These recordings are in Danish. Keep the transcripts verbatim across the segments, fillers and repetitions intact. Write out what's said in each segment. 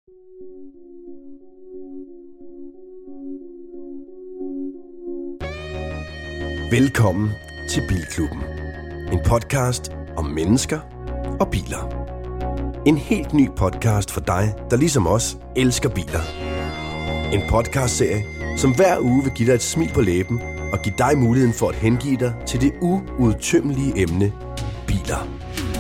Velkommen til Bilklubben. En podcast om mennesker og biler. En helt ny podcast for dig, der ligesom os elsker biler. En podcastserie, som hver uge vil give dig et smil på læben og give dig muligheden for at hengive dig til det uudtømmelige emne biler.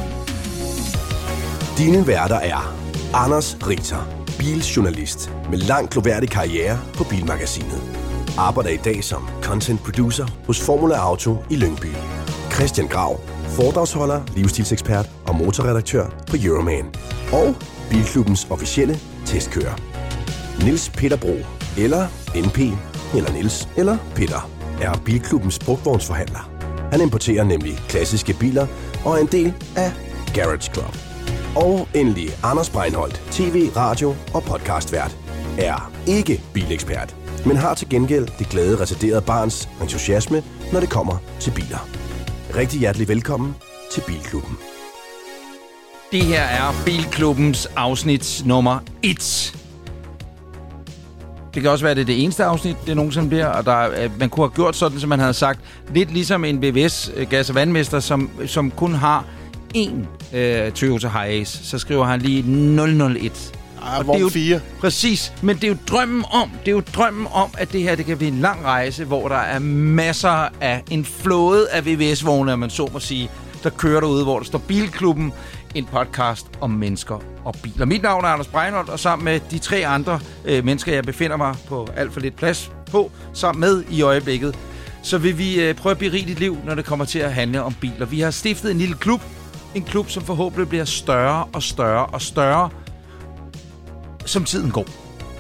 Dine værter er Anders Ritter, biljournalist med lang gloværdig karriere på Bilmagasinet. Arbejder i dag som content producer hos Formula Auto i Lyngby. Christian Grav, foredragsholder, livsstilsekspert og motorredaktør på Euroman. Og Bilklubbens officielle testkører. Niels Peter Bro, eller N P, eller Niels, eller Peter, er Bilklubbens brugtvognsforhandler. Han importerer nemlig klassiske biler og er en del af Garage Club. Og endelig Anders Breinholt, tv, radio og podcastvært, er ikke bilekspert, men har til gengæld det glade, retarderede barns entusiasme, når det kommer til biler. Rigtig hjertelig velkommen til Bilklubben. Det her er Bilklubbens afsnit nummer et. Det kan også være, at det er det eneste afsnit, det nogensinde bliver, og der, man kunne have gjort sådan, som man havde sagt, lidt ligesom en B V S gas- og vandmester, som, som kun har én øh, Toyota Hiace, så skriver han lige nul nul et. Ah, det er jo fire. Præcis, men det er jo drømmen om, det er jo drømmen om, at det her det kan blive en lang rejse, hvor der er masser af en flåde af V V S-vogne, om man så må sige, der kører derude, hvor der står Bilklubben, en podcast om mennesker og biler. Mit navn er Anders Breinholt, og sammen med de tre andre øh, mennesker, jeg befinder mig på alt for lidt plads på, sammen med i øjeblikket, så vil vi øh, prøve at berige dit liv, når det kommer til at handle om biler. Vi har stiftet en lille klub, en klub, som forhåbentlig bliver større og større og større, som tiden går.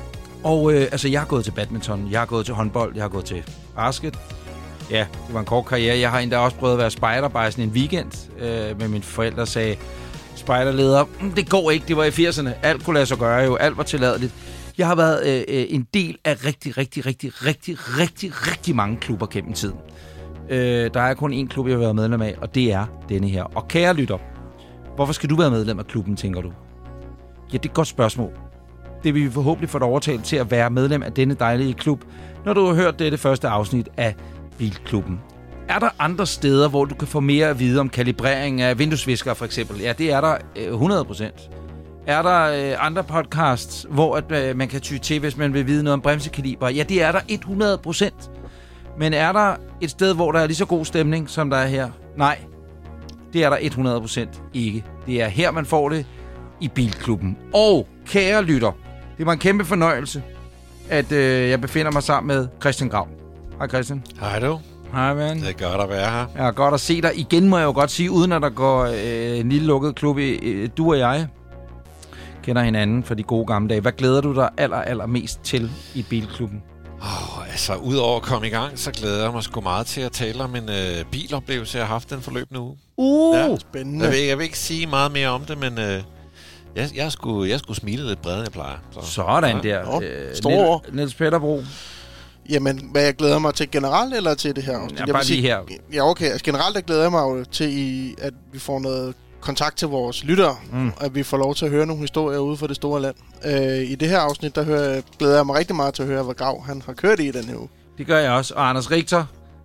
Og øh, altså, jeg har gået til badminton, jeg har gået til håndbold, jeg har gået til basket. Ja, det var en kort karriere. Jeg har endda også prøvet at være spejder bare sådan en weekend, øh, med mine forældre sagde, spejderleder, det går ikke, det var i firserne. Alt kunne lade sig gøre jo, alt var tilladeligt. Jeg har været øh, en del af rigtig, rigtig, rigtig, rigtig, rigtig, rigtig mange klubber gennem tiden. Øh, der er kun én klub, jeg har været medlem af, og det er denne her. Og kære lytter, hvorfor skal du være medlem af klubben, tænker du? Ja, det er et godt spørgsmål. Det vil vi forhåbentlig få dig overtalt til at være medlem af denne dejlige klub, når du har hørt dette første afsnit af Bilklubben. Er der andre steder, hvor du kan få mere at vide om kalibrering af vinduesviskere for eksempel? Ja, det er der øh, hundrede procent. Er der øh, andre podcasts, hvor at, øh, man kan ty til, hvis man vil vide noget om bremsekaliber? Ja, det er der hundrede procent. Men er der et sted, hvor der er lige så god stemning, som der er her? Nej, det er der hundrede procent ikke. Det er her, man får det i Bilklubben. Og kære lytter, det var en kæmpe fornøjelse, at øh, jeg befinder mig sammen med Christian Grav. Hej Christian. Hej du. Hej man. Det er godt at være her. Ja, godt at se dig. Igen må jeg jo godt sige, uden at der går øh, en lille lukket klub i. Øh, du og jeg kender hinanden for de gode gamle dage. Hvad glæder du dig aller, aller mest til i Bilklubben? Oh, altså, udover at komme i gang, så glæder jeg mig sgu meget til at tale om en øh, biloplevelse, jeg har haft den forløbende uge. Uh, ja. Spændende. Jeg vil, jeg vil ikke sige meget mere om det, men øh, jeg, jeg, skulle, jeg skulle smile lidt bredere, end jeg plejer. Så. Sådan ja. der. Nå, øh, store Niels Peter Bro. Jamen, hvad jeg glæder mig til generelt, eller til det her? Ja, bare lige her. Ja, okay. Altså, generelt der glæder jeg mig jo til, i, at vi får noget kontakt til vores lyttere, mm. at vi får lov til at høre nogle historier ude fra det store land. Øh, I det her afsnit, der hører, glæder jeg mig rigtig meget til at høre, hvad Grav han har kørt i den her uge. Det gør jeg også. Og Anders Richter,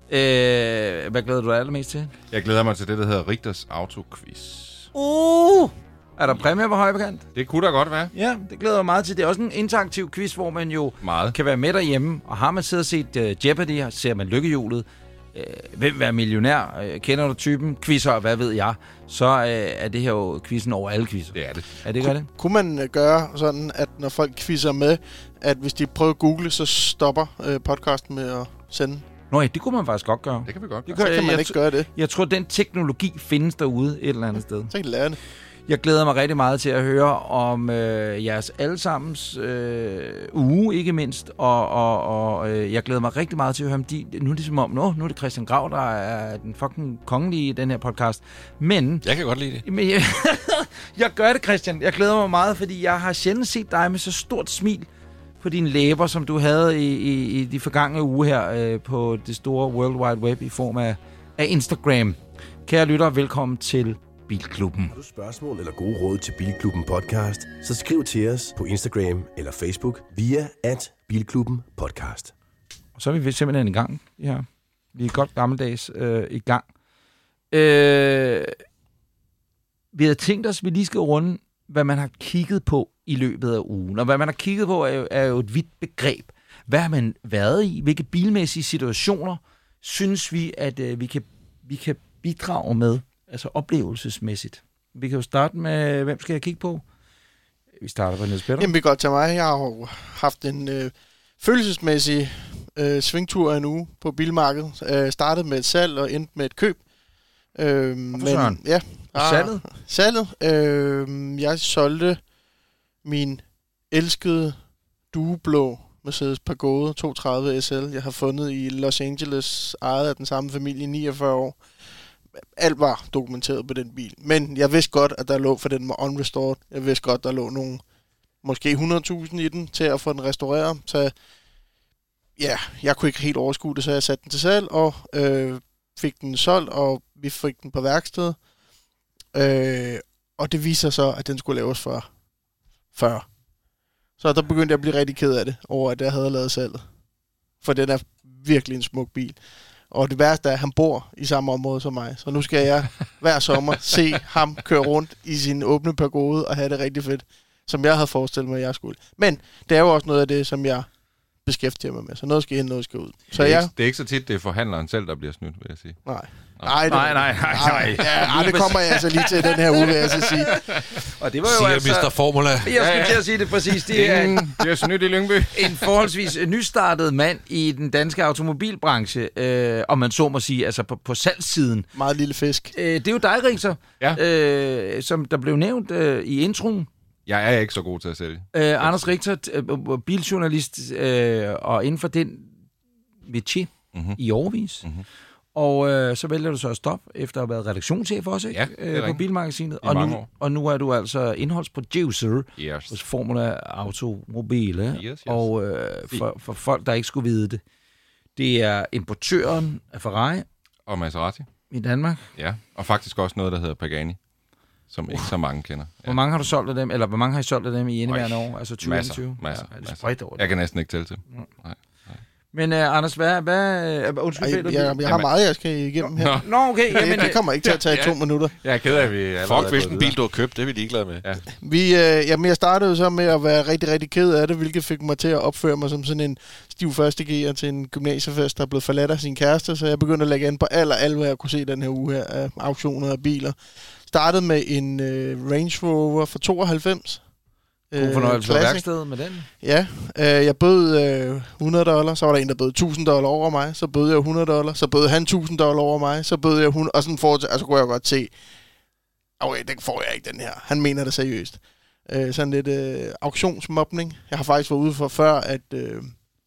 øh, hvad glæder du dig allermest til? Jeg glæder mig til det, der hedder Richters Autoquiz. Uh! Er der præmier på højbekant? Det kunne da godt være. Ja, det glæder jeg meget til. Det er også en interaktiv quiz, hvor man jo meget kan være med derhjemme. Og har man siddet og set uh, Jeopardy, ser man lykkehjulet, uh, hvem vil være millionær, uh, kender du typen, quizzer, hvad ved jeg, så uh, er det her jo quizzen over alle quizzer. Det er det. Er det godt det? Kunne man uh, gøre sådan, at når folk quizzer med, at hvis de prøver at google, så stopper uh, podcasten med at sende? Nå ja, det kunne man faktisk godt gøre. Det kan vi godt gøre. Så kan man jeg, ikke gøre det. Jeg tror, den teknologi findes derude et eller andet sted. Så kan de lære det. Jeg glæder mig rigtig meget til at høre om øh, jeres allesammens øh, uge, ikke mindst. Og, og, og øh, jeg glæder mig rigtig meget til at høre om de... Nu er det som om, nå, nu er det Christian Grav, der er den fucking kongelige i den her podcast. Men... Jeg kan godt lide det. Men jeg, jeg gør det, Christian. Jeg glæder mig meget, fordi jeg har sjældent set dig med så stort smil på dine læber, som du havde i, i, i de forgangne uge her øh, på det store World Wide Web i form af, af Instagram. Kære lytter, velkommen til Bilklubben. Har du spørgsmål eller gode råd til Bilklubben podcast, så skriv til os på Instagram eller Facebook via at Bilklubben podcast. Og så er vi simpelthen i gang. Ja. Vi er godt gammeldags øh, i gang. Øh, vi havde tænkt os, at vi lige skal runde, hvad man har kigget på i løbet af ugen. Og hvad man har kigget på er jo, er jo et vidt begreb. Hvad har man været i? Hvilke bilmæssige situationer synes vi, at øh, vi, kan, vi kan bidrage med, altså oplevelsesmæssigt? Vi kan jo starte med, hvem skal jeg kigge på? Vi starter på Niels Peter. Jamen, vi kan godt tage mig. Jeg har jo haft en øh, følelsesmæssig øh, svingtur en uge på bilmarkedet. Øh, startede med et salg og endte med et køb. Øh, men, ja, og salget? Salget. Øh, jeg solgte min elskede dueblå Mercedes Pagode to tredive S L. Jeg har fundet i Los Angeles, ejet af den samme familie i niogfyrre år. Alt var dokumenteret på den bil. Men jeg vidste godt, at der lå, for den var unrestored. Jeg vidste godt, der lå nogle, måske hundrede tusind i den, til at få den restaureret. Så ja, jeg kunne ikke helt overskue det, så jeg satte den til salg, og øh, fik den solgt, og vi fik den på værksted. Øh, og det viser så, at den skulle laves for fyrre. Så der begyndte jeg at blive rigtig ked af det, over at jeg havde lavet salget. For den er virkelig en smuk bil. Og det værste er, at han bor i samme område som mig. Så nu skal jeg hver sommer se ham køre rundt i sin åbne Pagode og have det rigtig fedt, som jeg havde forestillet mig, at jeg skulle. Men det er jo også noget af det, som jeg beskæftiger mig med. Så noget skal ind, noget skal ud. Så det, er jeg... ikke, det er ikke så tit, det er forhandleren selv, der bliver snydt, vil jeg sige. Nej. Nej, nej, nej, nej, nej. Ja, nej, det kommer jeg altså lige til den her uge, vil jeg så sige. Og det var jo siger altså... mister Formula. Jeg skulle til at sige det præcis. Det er en, Det er snydt i Lyngby. en forholdsvis nystartet mand i den danske automobilbranche, øh, om man så må sige, altså på, på salgssiden. Meget lille fisk. Øh, det er jo dig, Richter, Ja. øh, som der blev nævnt øh, i introen. Jeg er ikke så god til at sælge. Øh, Anders Richter, øh, biljournalist, øh, og inden for den métier Mm-hmm. i årevis. Mhm. Og øh, så vælger du så at stoppe, efter at have været redaktionschef også, ikke? Ja, det er øh, på rigtigt. Bilmagasinet. I Og mange nu, år. og nu er du altså indholdsproducer Yes. hos Formula Automobile. Yes, yes. Og øh, for, for folk, der ikke skulle vide det, det er importøren af Ferrari Og Maserati. i Danmark. Ja. Og faktisk også noget, der hedder Pagani, som ikke så mange kender. Ja. Hvor mange har du solgt af dem, eller hvor mange har I solgt af dem i indeværende år? Altså tyve enogtyve? Masser, masser, Ja, det er masser. spredt over det. Jeg kan næsten ikke tælle til. Nej. Men uh, Anders, hvad... hvad uh, undskyld, Ej, Peter. jeg, jeg har Jamen. meget, jeg skal igennem her. Nå, okay. Jamen, Det, det kommer ikke til at tage Ja. to minutter. Jeg er ked af, at vi allerede Fuck, er hvilken gået bil du har købt, det er vi ligeglade med. Ja. Vi, øh, jamen, jeg startede så med at være rigtig, rigtig ked af det, hvilket fik mig til at opføre mig som sådan en stiv første G'er til en gymnasiefest, der er blevet forladt af sin kæreste, så jeg begyndte at lægge an på alt og alt, hvad jeg kunne se den her uge her af auktioner af biler. Startede med en øh, Range Rover fra tooghalvfems. God fornøjelse på Classic. værkstedet med den. Ja, øh, jeg bød øh, hundrede dollar, så var der en, der bød tusind dollar over mig, så bød jeg hundrede dollar, så bød han tusind dollar over mig, så bød jeg hundrede, og sådan fortsat, altså kunne jeg godt se, okay, den får jeg ikke, den her. Han mener det seriøst. Øh, sådan lidt øh, auktionsmobning. Jeg har faktisk været ude for før, at øh,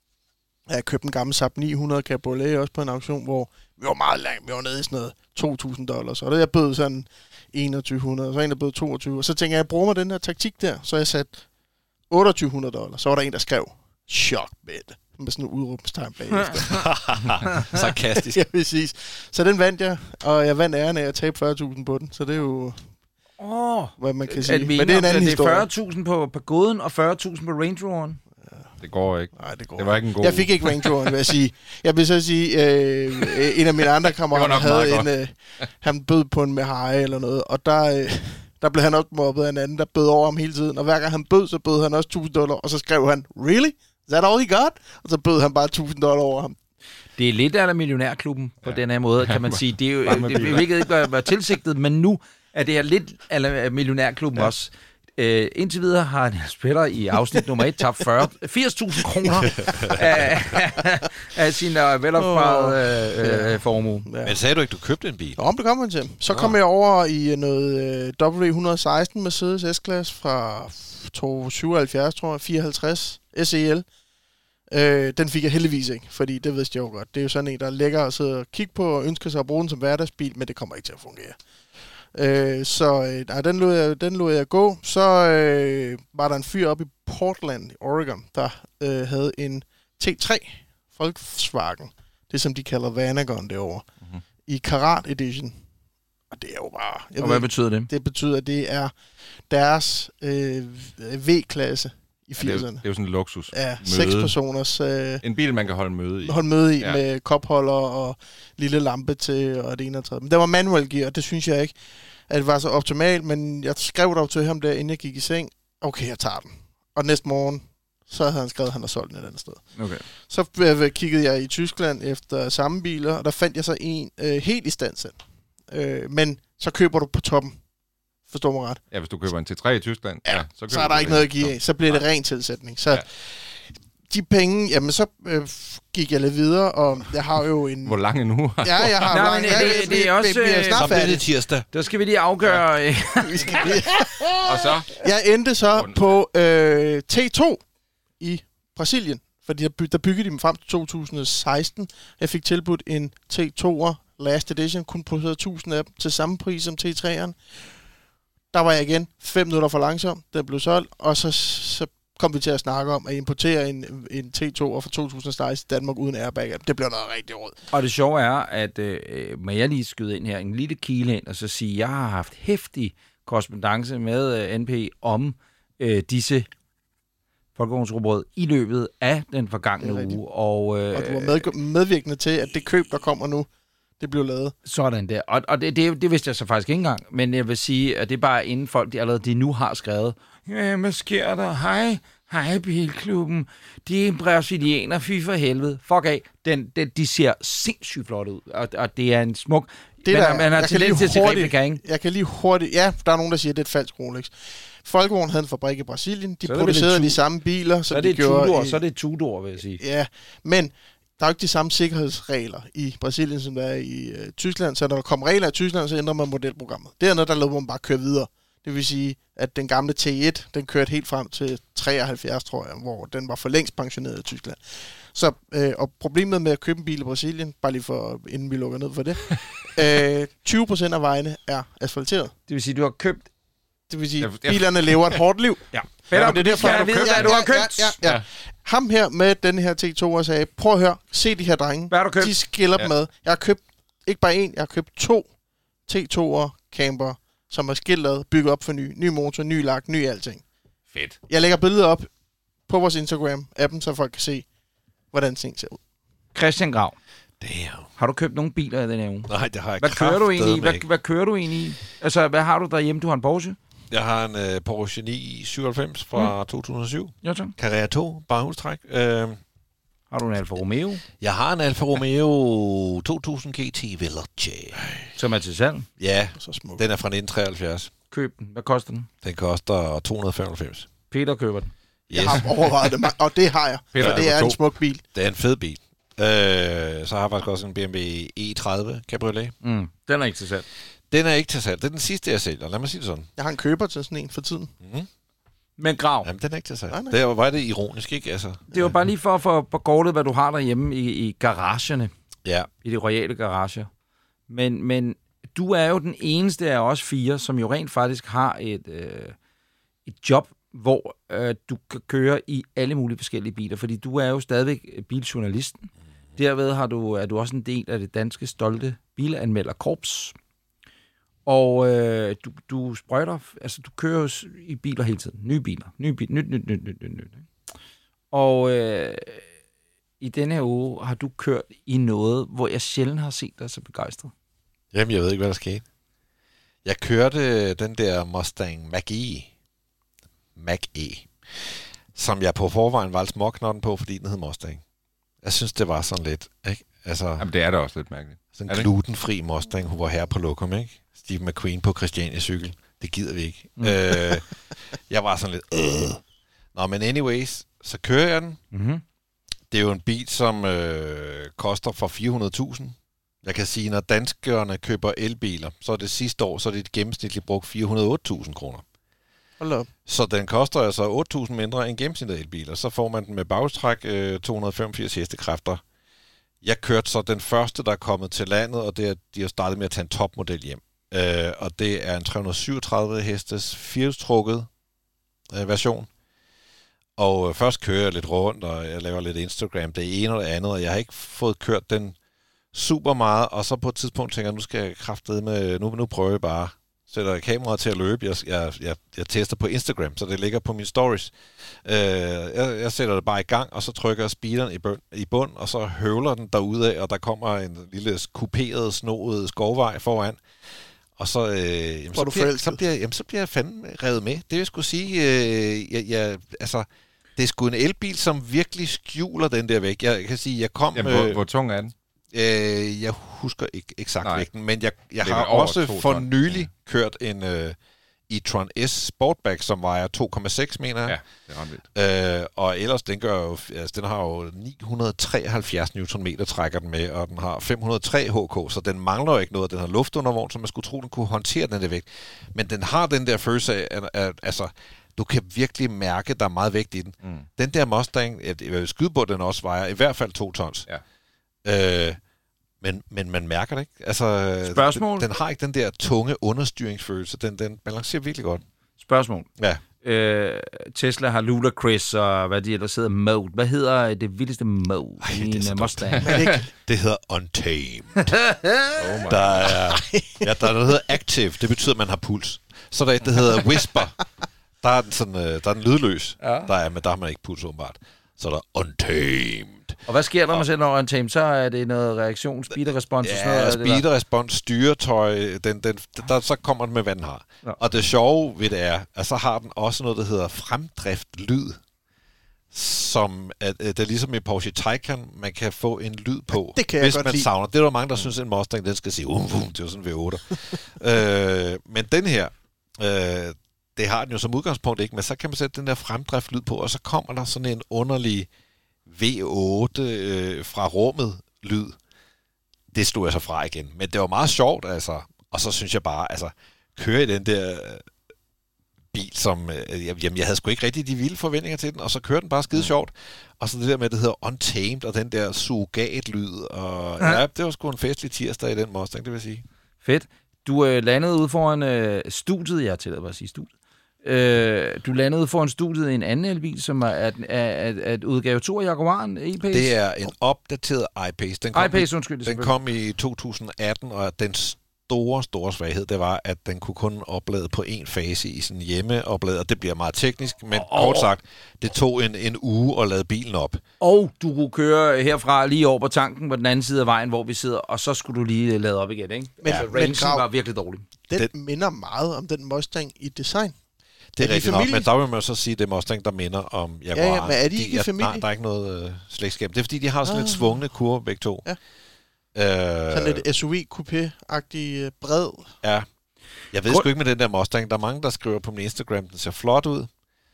jeg købte en gammel Saab ni hundrede Cabriolet også på en auktion, hvor vi var meget langt, vi var nede i sådan noget to tusind dollars, og der jeg bød sådan enogtyve hundrede, og så en, der bød toogtyve, og så tænkte jeg, jeg bruger mig den her taktik der, så jeg satte otteogtyve hundrede dollar, så var der en, der skrev, chok bed, med sådan en udråbstegn bagefter. Sarkastisk. Ja, præcis. Så den vandt jeg, og jeg vandt æren af at tabe fyrre tusind på den, så det er jo, Åh, oh, hvad man kan er sige. det, Men det er en anden det er historie. fyrre tusind på Pagoden og fyrre tusind på Range Roveren. Det går ikke. Nej, det går Det var ikke en god Jeg fik ikke Range Roveren, vil jeg sige. Jeg vil så sige, øh, en af mine andre kammerater nok havde en, meget øh, han bød på en Mehari eller noget, og der, øh, der blev han også mobbet af en anden, der bød over ham hele tiden, og hver gang han bød, så bød han også tusind dollar, og så skrev han, really? Is that all he got? Og så bød han bare tusind dollar over ham. Det er lidt af millionærklubben på ja. den her måde, kan man sige. Det er jo Bare med det, biler. det ikke være, være tilsigtet, men nu er det her lidt af millionærklubben ja. også. Uh, indtil videre har Niels Peter i afsnit nummer et tabt firs tusind kroner af, af sin uh, velopsparede uh, uh, formue. Ja. Men sagde du ikke, du købte en bil? Nå, det kommer han til. Så Nå. kom jeg over i noget øh, W et hundrede og seksten Mercedes S-Class fra to syvoghalvfjerds, tror jeg, fireoghalvtreds S E L. Øh, den fik jeg heldigvis ikke, fordi det vidste jeg jo godt. Det er jo sådan en, der er lækker at sidde og kigge på og ønsker sig at bruge den som hverdagsbil, men det kommer ikke til at fungere. Øh, så øh, nej, den, lod jeg, den lod jeg gå. Så øh, var der en fyr oppe i Portland, i Oregon, der øh, havde en T tre Volkswagen. Det som de kalder Vanagon derovre. Mhm. I Karat Edition. Og det er jo bare... Jeg Og ved, hvad betyder det? det betyder, at det er deres øh, V-klasse i Ja, det, er jo, firserne. det er jo sådan en luksus. Ja, møde. seks personers øh, En bil, man kan holde møde i. holde møde i Ja. med kopholder og lille lampe til og det ene og tredje. Men det var manual gear, og det synes jeg ikke, at det var så optimalt. Men jeg skrev dog til ham der, inden jeg gik i seng. Okay, jeg tager den. Og næste morgen, så havde han skrevet, at han har solgt den et andet sted. Okay. Så øh, kiggede jeg i Tyskland efter samme biler, og der fandt jeg så en øh, helt i standsat. Øh, men så køber du på toppen. Forstår mig ret? Ja, hvis du køber en T tre i Tyskland, ja, Ja, så, så, køber så er du der ikke det. noget at give af. Så bliver det ren tilsætning. Så Ja. ja. de penge, jamen så øh, gik jeg lidt videre, og jeg har jo en... Hvor lang en uge? Ja, jeg har... Nej, men ja, det- vi- det er også, vi, vi er øh, snart Så bliver det færdige. tirsdag. Der skal vi lige afgøre... Ja. Vi skal lige- Og så? Jeg endte så på øh, T to i Brasilien, fordi der, by- der byggede de dem frem til to tusind og seksten. Jeg fik tilbudt en T to'er Last Edition, kun produceret tusind af dem til samme pris som T tre'eren. Der var jeg igen fem minutter for langsom, den blev solgt, og så, så kom vi til at snakke om at importere en, en T to'er fra to tusind og seksten i Danmark uden airbag. Det blev noget rigtig råd. Og det sjove er, at øh, må jeg lige skyde ind her en lille kile ind, og så sige, at jeg har haft hæftig korrespondance med øh, N P om øh, disse folkevognsrugbrød i løbet af den forgangne uge. Og, øh, Og du var med, medvirkende til, at det køb, der kommer nu, det blev lavet. Sådan der. Og, og det, det, det vidste jeg så faktisk ikke engang. Men jeg vil sige, at det er bare inden folk, de allerede de nu har skrevet. Ja, hvad sker der? Hej, hej Bilklubben. De er brasilianer, fy for helvede. Fuck af. Den, den, de ser sindssygt flot ud. Og, og det er en smuk... Det man, der, har- man har jeg kan tendens lige til at se hurtigt- replika, ikke? Jeg kan lige hurtigt... Ja, der er nogen, der siger, at det er et falsk Rolex. Folkevogn havde en fabrik i Brasilien. De Så er det vel producerede en de tu- samme biler, Så som er de det gjorde Tudor, i... så er det Tudor, vil jeg sige. Ja, men der er jo ikke de samme sikkerhedsregler i Brasilien, som der er i øh, Tyskland. Så når der kommer regler i Tyskland, så ændrer man modelprogrammet. Dernede, der lader man bare køre videre. Det vil sige, at den gamle T et, den kørte helt frem til treoghalvfjerds, tror jeg, hvor den var for længst pensioneret i Tyskland. Så, øh, og problemet med at købe en bil i Brasilien, bare lige for, inden vi lukker ned for det, øh, tyve procent af vejene er asfalteret. Det vil sige, du har købt... Det vil sige, Jeg- jeg- bilerne lever et hårdt liv. Ja. Ja, det er derfor, jeg du ved, køber- hvad du har købt. Ja, ja, ja. Ham her med den her T to'er sagde, prøv at høre, se de her drenge. Hvad har du købt? De skiller Ja. dem med. Jeg har købt, ikke bare en, jeg har købt to T to'er camper, som er skiltet, bygget op for ny. Ny motor, ny lak, ny alting. Fedt. Jeg lægger billeder op på vores Instagram-appen, så folk kan se, hvordan ting ser ud. Christian Grav, Damn. har du købt nogle biler i den her uge? Nej, det har jeg Hvad kører du egentlig i? kraftedeme Hvad, ikke. hvad kører du egentlig i? Altså, hvad har du derhjemme? Du har en Porsche? Jeg har en uh, Porsche ni syvoghalvfems fra mm. to tusind og syv. Ja, tak. Carrera to, barhjulstræk. Uh, Har du en Alfa Romeo, jeg har en Alfa Romeo to tusind G T Veloce. som er til salg? Ja, Så smuk. den er fra nitten treoghalvfjerds. Køb den. Hvad koster den? Den koster to hundrede femoghalvfems. Peter køber den. Yes. Jeg har overvejet det, ma- og det har jeg. Peter, For det er er du en to? smuk bil. Det er en fed bil. Uh, så har jeg faktisk også en B M W E tredive Cabriolet. Mm. Den er ikke til salg. Den er ikke til salg. Det er den sidste, jeg sælger. Lad mig sige det sådan. Jeg har en køber til sådan en for tiden. Mm-hmm. Men Grav, Jamen, den er ikke til salg. Nej, nej. Det var det ironisk, ikke? Altså, det var bare lige for at få på kortet, hvad du har derhjemme i, i garagerne. ja. I de royale garager. Men, men du er jo den eneste af os fire, som jo rent faktisk har et, øh, et job, hvor øh, du kan køre i alle mulige forskellige biler, fordi du er jo stadigvæk biljournalisten. Derved har du, er du også en del af det danske stolte bilanmelderkorps. Og øh, du, du sprøjter, altså du kører jo s- i biler hele tiden. Nye biler, nye biler, nyt, nyt, nyt, nyt, nyt, nyt. Og øh, i denne her uge har du kørt i noget, hvor jeg sjældent har set dig så begejstret. Jamen, jeg ved ikke, hvad der skete. Jeg kørte den der Mustang Mach-E. Mach-E. Som jeg på forvejen var småknotten på, fordi den hed Mustang. Jeg synes, det var sådan lidt, ikke? Altså, Jamen, det er da også lidt mærkeligt. sådan er en det glutenfri Mustang, hun var her på lokum, ikke? Steve McQueen på Christiania cykel. Det gider vi ikke. Mm. Øh, jeg var sådan lidt, øh. Nå, men anyways, så kører jeg den. Mm-hmm. Det er jo en bil, som øh, koster for fire hundrede tusind. Jeg kan sige, når danskerne køber elbiler, så er det sidste år, så er det gennemsnitligt brugt fire hundrede og otte tusind kroner. Hold da op. Så den koster altså otte tusind mindre end gennemsnittet elbiler. Så får man den med bagstræk, øh, to hundrede og femogfirs hestekræfter. Jeg kørte så den første, der er kommet til landet, og det er, de har startet med at tage en topmodel hjem. Øh, og det er en tre hundrede og syvogtredive hestes firehjulstrukket øh, version. Og øh, først kører jeg lidt rundt, og jeg laver lidt Instagram, det ene og det andet, og jeg har ikke fået kørt den super meget, og så på et tidspunkt tænker jeg, nu skal jeg kraftedeme, nu, nu prøver jeg bare, sætter kameraet til at løbe, jeg, jeg, jeg, jeg tester på Instagram, så det ligger på mine stories. Øh, jeg, jeg sætter det bare i gang, og så trykker jeg speederen i, bund, i bund, og så høvler den derudad, og der kommer en lille kuperet, snoet skovvej foran. Og så, øh, jamen, så, bliver, så, bliver, jamen, så bliver jeg fandme revet med. Det vil jeg skulle sige, øh, jeg, jeg, altså, det er sgu en elbil, som virkelig skjuler den der vægt. Jeg kan sige, jeg kom... Jamen, hvor, hvor tung er den? Øh, jeg husker ikke eksakt Nej. vægten, men jeg, jeg har også for nylig kørt en øh, e-tron S Sportback, som vejer to komma seks, mener jeg. Ja, det er ret vildt. Øh, og ellers, den, gør jo, altså, den har jo ni hundrede treoghalvfjerds newtonmeter trækker den med, og den har fem hundrede og tre H K, så den mangler jo ikke noget. Den har luftundervogn, så man skulle tro, den kunne håndtere den der vægt. Men den har den der følelse af, at, at altså, du kan virkelig mærke, at der er meget vægt i den. Mm. Den der Mustang, jeg vil skyde på, den også vejer i hvert fald to tons. Ja. Øh, Men, men man mærker det ikke. Altså, Spørgsmål? Den, den har ikke den der tunge understyringsfølelse. Den, den balancerer virkelig godt. Spørgsmål. Ja. Øh, Tesla har Ludacris og hvad de ellers hedder, Mode. Hvad hedder det vildeste Mode Ej, i en Mustang? Det hedder Untamed. oh der er ja, der er noget, der hedder Active. Det betyder, at man har puls. Så er der et, der hedder Whisper. Der er den, sådan, der er den lydløs. Ja. Der er, men der har man ikke puls, åbenbart. Så er der Untamed. Og hvad sker der, når man sætter over en time? Så er det noget reaktion, speederrespons og sådan ja, noget? speederrespons, styretøj, den, den, der, så kommer den med, hvad den har. Ja. Og det sjove ved det er, at så har den også noget, der hedder fremdrift-lyd, som at, at det er ligesom i Porsche Taycan, man kan få en lyd på, det kan hvis man lide. savner. Det er der mange, der synes, at en Mustang, den skal sige, um, um, det er jo sådan en V otte. øh, men den her, øh, det har den jo som udgangspunkt ikke, men så kan man sætte den der fremdrift-lyd på, og så kommer der sådan en underlig V otte øh, fra rummet lyd. Det stod jeg så fra igen. Men det var meget sjovt, altså. Og så synes jeg bare, altså, køre i den der bil, som, øh, jamen, jeg havde sgu ikke rigtig de vilde forventninger til den, og så kørte den bare skide sjovt. Og så det der med, det hedder Untamed, og den der surrogat-lyd, og ja. ja, det var sgu en festlig tirsdag i den Mustang, det vil sige. Fedt. Du øh, landede ude foran øh, studiet, jeg tillader mig at sige studiet. Øh, du landede ude foran studiet i en anden elbil, som er at, at, at udgave to af Jaguaren E-Pace. Det er en opdateret I-Pace. Den kom, I-Pace, undskyld, den kom i to tusind atten, og den store, store svaghed, det var, at den kunne kun oplade på én fase i sin hjemmeoplade, og det bliver meget teknisk, men oh. kort sagt, det tog en, en uge at lade bilen op. Og du kunne køre herfra lige over på tanken på den anden side af vejen, hvor vi sidder, og så skulle du lige lade op igen, ikke? Men, ja, men rangen var virkelig dårlig. Den, den minder meget om den Mustang i design. Det er, er rigtigt nok, men der vil man så sige, at det er Mustang, der minder om Jaguar. Ja, ja, men er de ikke de, i familie? Nej, der er ikke noget øh, slægtskab. Det er, fordi de har sådan ah. lidt svungne kurver, begge to. Ja. Øh, sådan lidt S U V-coupé-agtig bred. Ja. Jeg ved sgu ikke med den der Mustang. Der er mange, der skriver på min Instagram, den ser flot ud.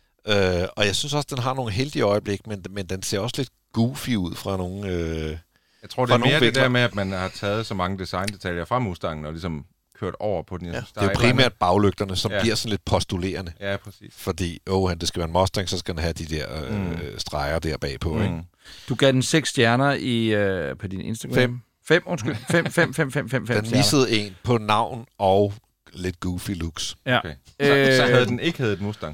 Øh, og jeg synes også, den har nogle heldige øjeblik, men, men den ser også lidt goofy ud fra nogle øh, Jeg tror, det er mere det der med, at man har taget så mange designdetaljer fra Mustangen og ligesom kørt over på den. Ja. Det er jo primært baglygterne, som ja. bliver sådan lidt postulerende. Ja, præcis. Fordi, åh, det skal være en Mustang, så skal den have de der øh, mm. streger der bagpå, mm. ikke? Du gav den seks stjerner i, øh, på din Instagram. Fem. Fem, undskyld. Fem, fem, fem, fem, fem, fem Den missede en på navn og lidt goofy looks. Ja. Okay. Så, så havde den ikke heddet Mustang.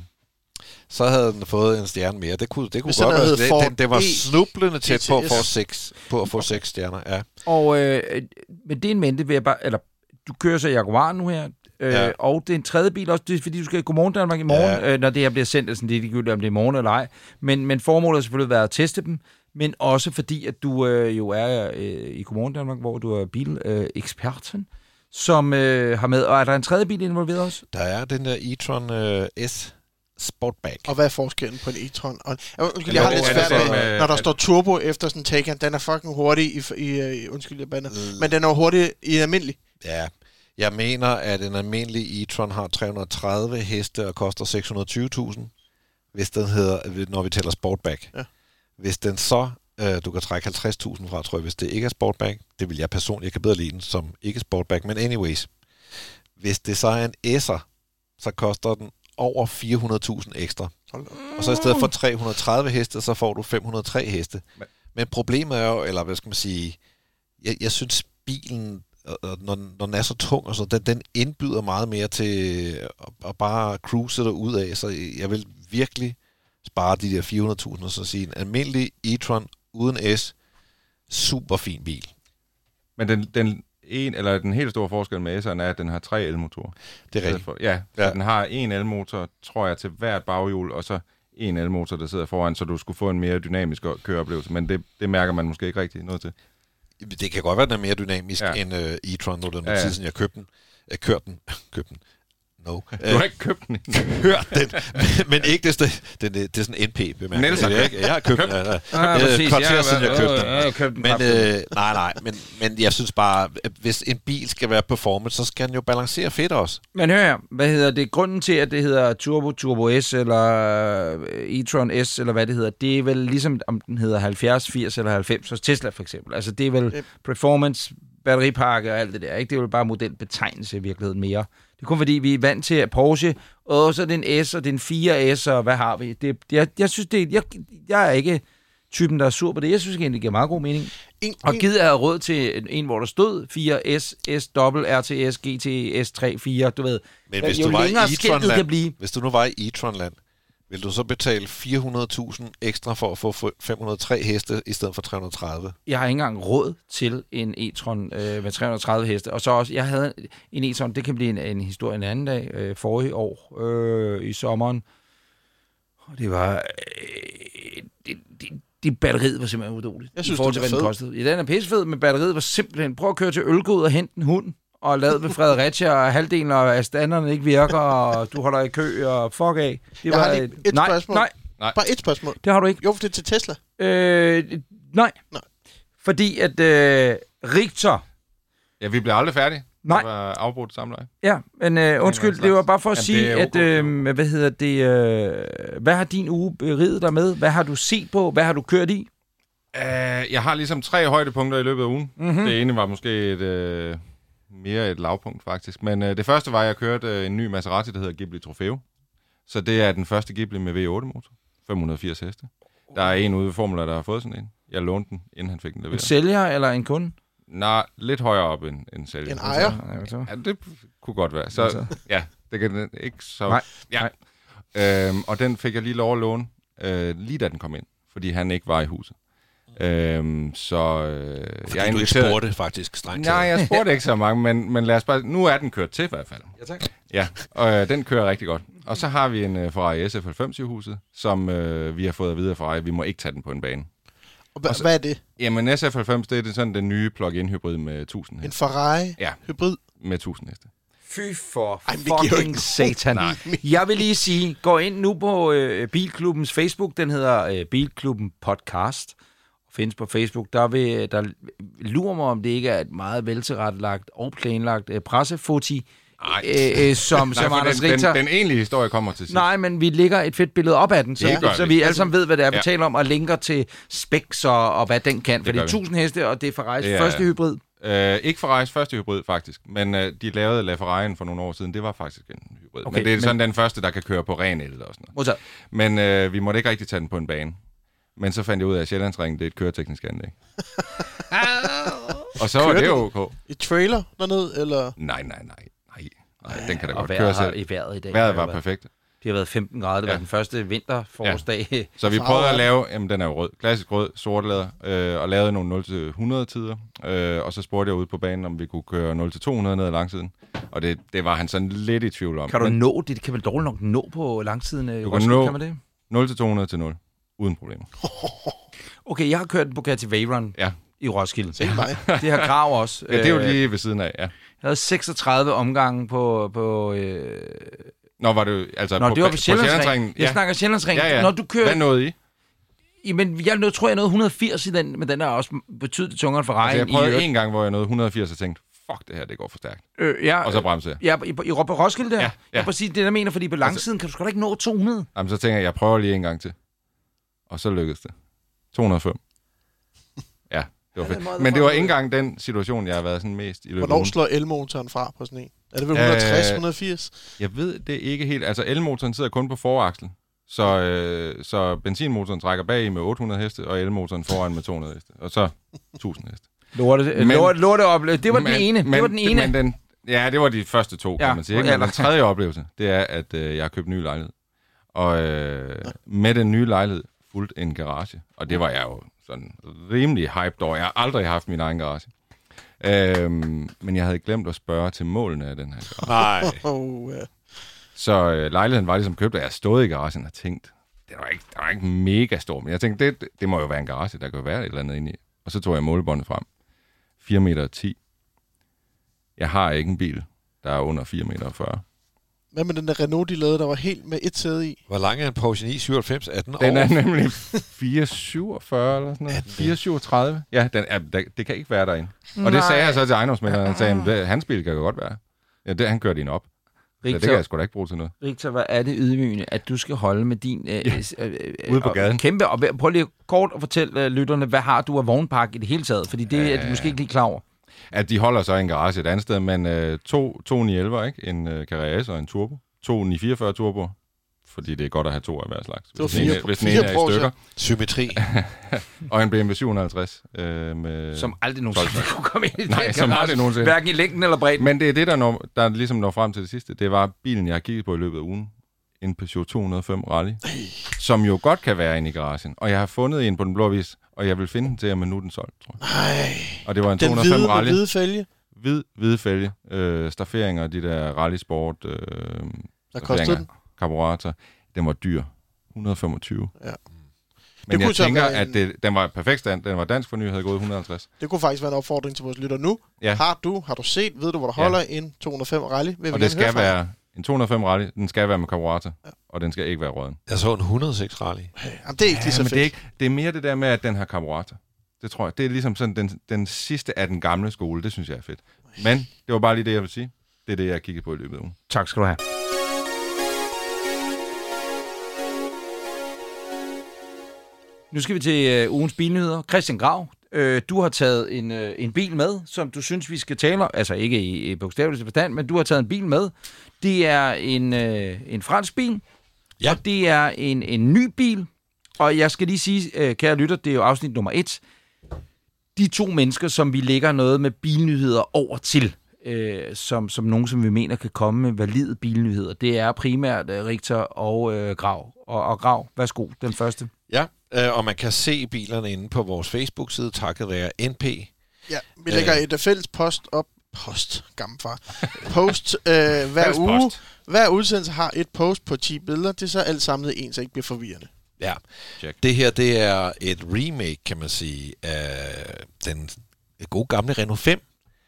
Så havde den fået en stjerne mere. Det kunne, det kunne Hvis godt være. Det, den, det var snublende tæt på at få S. seks, på at få seks stjerner, ja. Og øh, med det en mente vil jeg bare, eller du kører så Jaguar nu her, øh, ja. Og det er en tredje bil også, det er fordi du skal i Godmorgen Danmark i morgen, ja. øh, når det her bliver sendt, altså det er ligegyldigt, om det er i morgen eller ej. Men, men formålet har selvfølgelig været at teste dem, men også fordi, at du øh, jo er øh, i Godmorgen Danmark, hvor du er bileksperten, øh, som øh, har med, og er der en tredje bil involveret også? Der er den der e-tron øh, S Sportback. Og hvad er forskellen på en e-tron? Og, undskyld, jeg har lidt svært med, med, når der står turbo efter sådan en Taycan, den er fucking hurtig i, i, i undskyld, jeg bander, øh. men den er hurtig i en almindelig. Ja, jeg mener, at en almindelig e-tron har tre hundrede og tredive heste og koster seks hundrede og tyve tusind, hvis den hedder, når vi tæller Sportback. Ja. Hvis den så, øh, du kan trække halvtreds tusind fra, tror jeg, hvis det ikke er Sportback, det vil jeg personligt, jeg kan bedre lide den som ikke Sportback, men anyways. Hvis det så er en S'er, så koster den over fire hundrede tusind ekstra. Og så i stedet for tre hundrede og tredive heste, så får du fem hundrede og tre heste. Men problemet er jo, eller hvad skal man sige, jeg, jeg synes bilen, når, når den er så tung, og så, den, den indbyder meget mere til at, at bare cruise der ud af, så jeg vil virkelig spare de der fire hundrede tusind og så sige en almindelig e-tron uden S, super fin bil. Men den, den, en, eller den helt store forskel med S'eren er, at den har tre elmotorer. Det er rigtigt. For, ja, så ja. den har en elmotor, tror jeg, til hvert baghjul, og så en elmotor, der sidder foran, så du skulle få en mere dynamisk køreoplevelse. Men det, det mærker man måske ikke rigtig noget til. Det kan godt være, at den er mere dynamisk ja. end uh, e-tron, når det er noget ja, ja. tid, siden jeg købte den. Jeg kørte den. købte den. No. Du har ikke købt den. Hørt den. Men ikke det, det, det, det er sådan en N P bemærkning. Niels har købt den. Jeg har købt den. Kvarter siden jeg købte den. Jeg købte den. Men, øh, nej, nej. Men, men jeg synes bare, at hvis en bil skal være performance, så skal den jo balancere fedt også. Men hør her, hvad hedder det? Grunden til, at det hedder Turbo, Turbo S, eller e-tron S, eller hvad det hedder, det er vel ligesom, om den hedder halvfjerds, firs eller halvfems, hos Tesla for eksempel. Altså, det er vel yep. performance, batteripakke og alt det der, ikke? Det er jo bare modelbetegnelse i virkeligheden mere. Det er kun fordi, vi er vant til at Porsche, og så er det en S, og det er en fire S, og hvad har vi? Det, jeg, jeg synes, det, jeg, jeg er ikke typen, der er sur på det. Jeg synes egentlig, det giver meget god mening. En, og gider jeg have råd til en, hvor der stod fire S, S, R T S, G T, S tre, fire, du ved. Men hvis du, var i e-tron-land, hvis du nu var i e-tron-land, vil du så betale fire hundrede tusind ekstra for at få fem hundrede og tre heste i stedet for tre hundrede og tredive? Jeg har ikke engang råd til en e-tron øh, med tre hundrede og tredive heste. Og så også, jeg havde en e-tron, det kan blive en, en historie en anden dag, øh, forrige år øh, i sommeren. Og det var... Øh, det, det, det batteriet var simpelthen udoligt. Jeg synes, i forhold til, hvad den kostede. Ja, den er pissefed, men batteriet var simpelthen... Prøv at køre til Ølgod og hente en hund. Og lavet ved Fredericia, og halvdelen af standarderne ikke virker, og du holder i kø, og fuck af. Det jeg var har et, et nej, spørgsmål. Nej, nej. Bare et spørgsmål. Det har du ikke. Jo, for det er til Tesla. Øh, nej. nej. Fordi at øh, Richter... Ja, vi bliver aldrig færdige. Nej. Det var afbrudt samleje. Ja, men øh, undskyld, det var bare for at Jamen, sige, at... Øh, hvad hedder det... Øh, hvad har din uge beriget dig med? Hvad har du set på? Hvad har du kørt i? Uh, jeg har ligesom tre højdepunkter i løbet af ugen. Mm-hmm. Det ene var måske et... Øh, mere et lavpunkt, faktisk. Men øh, det første var, at jeg kørte øh, en ny Maserati, der hedder Ghibli Trofeo. Så det er den første Ghibli med V otte motor. fem hundrede og firs heste. Der er en ude ved Formula, der har fået sådan en. Jeg lånte den, inden han fik den leveret. En sælger eller en kunde? Nej, lidt højere op end en sælger. En ejer? Ja, det kunne godt være. Så ja, det kan ikke så... Nej. Ja. Øhm, og den fik jeg lige lov at låne, øh, lige da den kom ind. Fordi han ikke var i huset. Øhm, så øh, fordi jeg du ikke spurgte faktisk strengt. Nej, jeg spurgte ikke så mange, men, men lad os bare... Nu er den kørt til i hvert fald. Ja, tak. Ja, og øh, den kører rigtig godt. Og så har vi en øh, Ferrari S F halvfems i huset, som øh, vi har fået at vide af Ferrari, vi må ikke tage den på en bane. Og, og så, hvad er det? Jamen, S F halvfems, det er sådan den nye plug-in hybrid med tusind heste. En Ferrari ja, hybrid? med tusind heste. Fy for Ej, fucking satan. Jeg vil lige sige, gå ind nu på øh, Bilklubbens Facebook, den hedder øh, Bilklubben Podcast. Findes på Facebook, der vil der lurer mig, om det ikke er et meget veltilrettelagt og planlagt øh, pressefoti, øh, øh, som, som Nej, Anders den, Richter... Den, den egentlige historie kommer til sidst. Nej, men vi lægger et fedt billede op af den, så, ja, så vi alle sammen ved, hvad det er, vi ja. taler om, og linker til specs og, og hvad den kan, for det er tusind heste, og det er Ferraris det er, første hybrid. Øh, ikke Ferraris første hybrid, faktisk, men øh, de lavede LaFerrari'en for nogle år siden, det var faktisk en hybrid. Okay, men det er men... sådan den første, der kan køre på ren el og sådan noget. Modtaget. Men øh, vi måtte ikke rigtig tage den på en bane. Men så fandt jeg ud af, at Sjællandsringen, det er et køreteknisk anlæg. Og så var det jo ok. I trailer dernede, eller? Nej, nej, nej. Nej, nej den kan da og godt køre selv. I vejret i dag. Vejret var perfekt. Det har været femten grader, det ja. var den første vinterforårsdag. Ja. Så vi prøvede at lave, jamen den er jo rød, klassisk rød, sort læder, øh, og lavede nogle nul til hundrede tider. Øh, og så spurgte jeg ude på banen, om vi kunne køre nul til to hundrede ned ad langsiden. Og det, det var han sådan lidt i tvivl om. Kan du Men, nå det? Det kan vel dårligt nok nå på langsiden? Du kan nå kan man det? nul til to hundrede til nul. Uden problemer. Okay, jeg har kørt en Bugatti Veyron ja. i Roskilde. Se mig. Det har Grav også. Ja, det er jo lige ved siden af, ja. Jeg havde seksogtredive omgange på... på øh... Nå, var det altså Nå, på, det var på Sjællandsringen? Jeg ja. snakker Sjællandsringen. Ja, ja. Når du kører... Hvad nåede I? Jamen, jeg nåede, tror, jeg nåede et hundrede og firs i den, men den er også betydeligt tungere for Ferrari. Altså, jeg prøvede en gang, hvor jeg nåede et hundrede og firs og tænkte, fuck, det her, det går for stærkt. Øh, ja, og så bremser jeg. Ja, i, i, i Roskilde der. Ja, ja. Jeg præcis det, der mener, fordi på langsiden altså, kan du sgu da ikke nå to hundrede. Jamen, så tænker jeg, jeg prøver lige en gang til. Og så lykkedes det. to hundrede og fem. Ja, det var fedt. Men det var ikke engang den situation, jeg har været sådan mest i løbet af Hvornår slår elmotoren fra på sådan en? Er det vel et hundrede og tres til et hundrede og firs? Jeg ved det ikke helt. Altså, elmotoren sidder kun på forakslen. Så, øh, så benzinmotoren trækker bag med otte hundrede heste, og elmotoren foran med to hundrede heste. Og så tusind heste. Lorte, lorte, lorte oplevelse. Det var men, den ene. Men, det var den ene. Men den, ja, det var de første to, kan ja, man sige. Ikke? Men den tredje oplevelse, det er, at øh, jeg har købt en ny lejlighed. Og øh, med den nye lejlighed fulgte en garage. Og det var jeg jo sådan rimelig hyped over. Jeg har aldrig haft min egen garage. Øhm, men jeg havde glemt at spørge til målene af den her garage. Nej. Oh, ja. Så øh, lejligheden var ligesom købt, og jeg stod i garagen og tænkte, det var ikke, det var ikke mega stor, men jeg tænkte, det, det må jo være en garage, der kan være et eller andet inde i. Og så tog jeg målebåndet frem. fire meter ti. Jeg har ikke en bil, der er under fire meter fyrre. Hvad med den der Renault, de lavede, der var helt med et sæde i? Hvor lang er en Porsche ni syvoghalvfems? er den Den over? er nemlig fire syvogfyrre eller sådan noget. fire syvogtredive. Ja, den er, der, det kan ikke være derinde. Og det Nej. sagde jeg så til ejendomsmænderen. Han sagde, det, hans bil kan jo godt være. Ja, det, han kørte den op. Så det kan jeg sgu da ikke bruge til noget. Victor, hvad er det ydmygende, at du skal holde med din... Øh, Ja, øh, øh, ude på og gaden. Kæmpe, og prøv lige kort at fortælle øh, lytterne, hvad har du af vognpark i det hele taget? Fordi det er de måske ikke lige klar over. At de holder så i en garage et andet sted, men øh, to, to ni elleve, ikke? En øh, Carrera og en Turbo. To ni fireogfyrre Turbo. Fordi det er godt at have to af hver slags. Det var Hvis den ene- fire- hvis den fire ene er i Porsche. stykker. Symmetri. Og en B M W syv halvtreds. Øh, med Som aldrig nogensinde tolv. kunne komme ind i Nej, den som garage, aldrig nogensinde. hverken i længden eller bredden. Men det er det, der, når, der ligesom når frem til det sidste. Det var bilen, jeg har kigget på i løbet af ugen. En Peugeot to hundrede og fem Rally. Som jo godt kan være inde i garagen. Og jeg har fundet en på Den Blå Avis, og jeg vil finde den til, at nu er den solgt, tror jeg. Nej. Og det var en to Den hundrede og fem hvide, Rally. hvide fælge, Hvid, hvide fælge. Øh, stafferinger, de der rally-sport. Øh, der kostede den. Karburator. Den var dyr. et hundrede og femogtyve. Ja. Men kunne jeg så tænker, være at en- det, den var i perfekt stand. Den var dansk forny, havde gået et hundrede og halvtreds. Det kunne faktisk være en opfordring til vores lytter nu. Ja. Har du, har du set, ved du, hvor der Ja. holder en to hundrede og fem Rally? Vil vi Og gerne det skal høre fra være en to hundrede og fem Rally. Den skal være med karburator. Ja. Og den skal ikke være røden. Jeg så en et hundrede og seks Rally. dig. Jamen, det er ikke lige så men fedt. det er, ikke, det er mere det der med, at den har karburator. Det tror jeg. Det er ligesom sådan den, den sidste af den gamle skole. Det synes jeg er fedt. Men det var bare lige det, jeg vil sige. Det er det, jeg kiggede på i løbet af ugen. Tak skal du have. Nu skal vi til øh, ugens bilnyheder. Christian Grav, øh, du har taget en, øh, en bil med, som du synes, vi skal tale om. Altså ikke i, i bogstavelig forstand, men du har taget en bil med. Det er en, øh, en fransk bil, Ja. og det er en, en ny bil. Og jeg skal lige sige, øh, kære lytter, det er jo afsnit nummer et. De to mennesker, som vi lægger noget med bilnyheder over til, øh, som, som nogen, som vi mener kan komme med valide bilnyheder, det er primært øh, Richter og øh, Grav. Og, og Grav, værsgo, den første. Ja, øh, og man kan se bilerne inde på vores Facebook-side, takket være N P. Ja, vi lægger Øh. et uh, fælles post op. Post, gammel far. Post øh, hver Fælles uge. post. Hver udsendelse har et post på ti billeder. Det er så alt samlet i en, så ikke bliver forvirrende. Ja, Check. det her det er et remake, kan man sige, af den gode gamle Renault fem,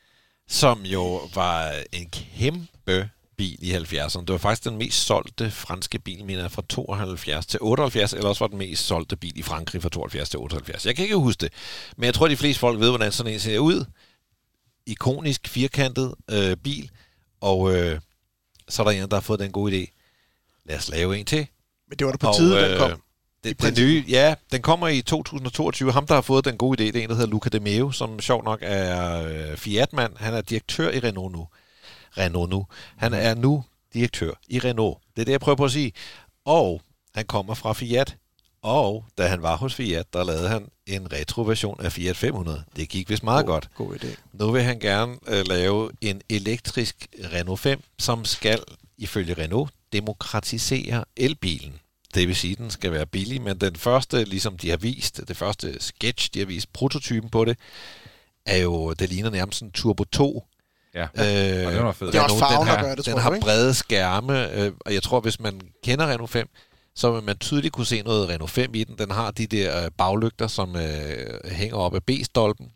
som jo var en kæmpe bil i halvfjerdserne. Det var faktisk den mest solgte franske bil, mener jeg, fra tooghalvfjerds til otteoghalvfjerds, eller også var den mest solgte bil i Frankrig fra tooghalvfjerds til otteoghalvfjerds. Jeg kan ikke huske det, men jeg tror, de fleste folk ved, hvordan sådan en ser ud. Ikonisk, firkantet øh, bil, og øh, så er der en, der har fået den gode idé. Lad os lave en til. Men det var da på tide, den kom. Det, det nye, ja, den kommer i to tusind og toogtyve. Ham, der har fået den gode idé, det er en, der hedder Luca De Meo, som sjov nok er øh, Fiat-mand. Han er direktør i Renault nu. Renault nu. Han er nu direktør i Renault. Det er det, jeg prøver på at sige. Og han kommer fra Fiat. Og da han var hos Fiat, der lavede han en retroversion af Fiat fem hundrede. Det gik vist meget God, godt. God idé. Nu vil han gerne øh, lave en elektrisk Renault fem, som skal, ifølge Renault, demokratisere elbilen. Det vil sige, at den skal være billig, men den første, ligesom de har vist, det første sketch, de har vist, prototypen på det, er jo, det ligner nærmest en Turbo to. Ja, Øh, og det var fedt. Det er også Renault, farven, den der har, gør det, den tror har du, ikke? brede skærme, øh, og jeg tror, hvis man kender Renault fem, så vil man tydeligt kunne se noget Renault fem i den. Den har de der øh, baglygter, som øh, hænger op af B-stolpen.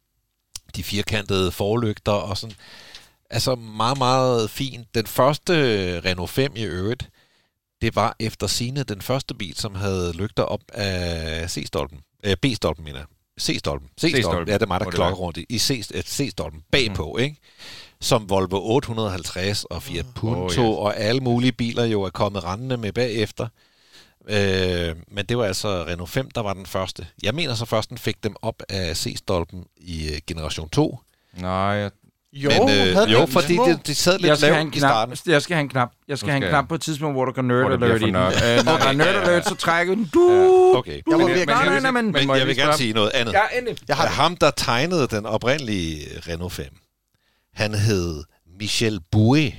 De firkantede forlygter og sådan. Altså meget, meget fint. Den første Renault fem i øvrigt, det var efter sigende den første bil, som havde lygter op af C-stolpen. Øh, B-stolpen, mener jeg. C-stolpen. C-stolpen. C-stolpen. Ja, det er mig, der Hvor det klokker var. rundt i, i C- øh, C-stolpen bagpå, mm. ikke? Som Volvo otte hundrede og halvtreds og Fiat Punto Oh, yes. og alle mulige biler jo er kommet rendende med bagefter. Øh, men det var altså Renault fem, der var den første. Jeg mener så først, den fik dem op af C-stolpen i øh, generation to. Nej, jeg, Jo, men, øh, havde jo den fordi små? de, de sad Jeg lidt skal, have en lavt i starten. knap, jeg skal have en knap. Jeg skal Nu have en skal knap jeg- på et tidspunkt, hvor du kan Hvor nerd det bliver alert i den. for nørdet. Øh, når der er Okay, nerd ja. alert, så trækker den. Du, Okay. Jeg var du, ved at nej, knække. nej, nej, men, Men må jeg jeg vil lige gerne spørge- sige noget andet. Ja, endelig. Jeg har Ja, ham, der tegnede den oprindelige Renault fem, han hed Michel Bouet.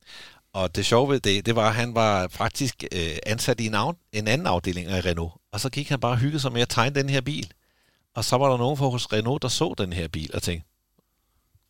Og det sjove ved det, det var, at han var faktisk øh, ansat i en, af, en anden afdeling af Renault. Og så gik han bare og hyggede sig med at tegne den her bil. Og så var der nogen fra hos Renault, der så den her bil og tænkte,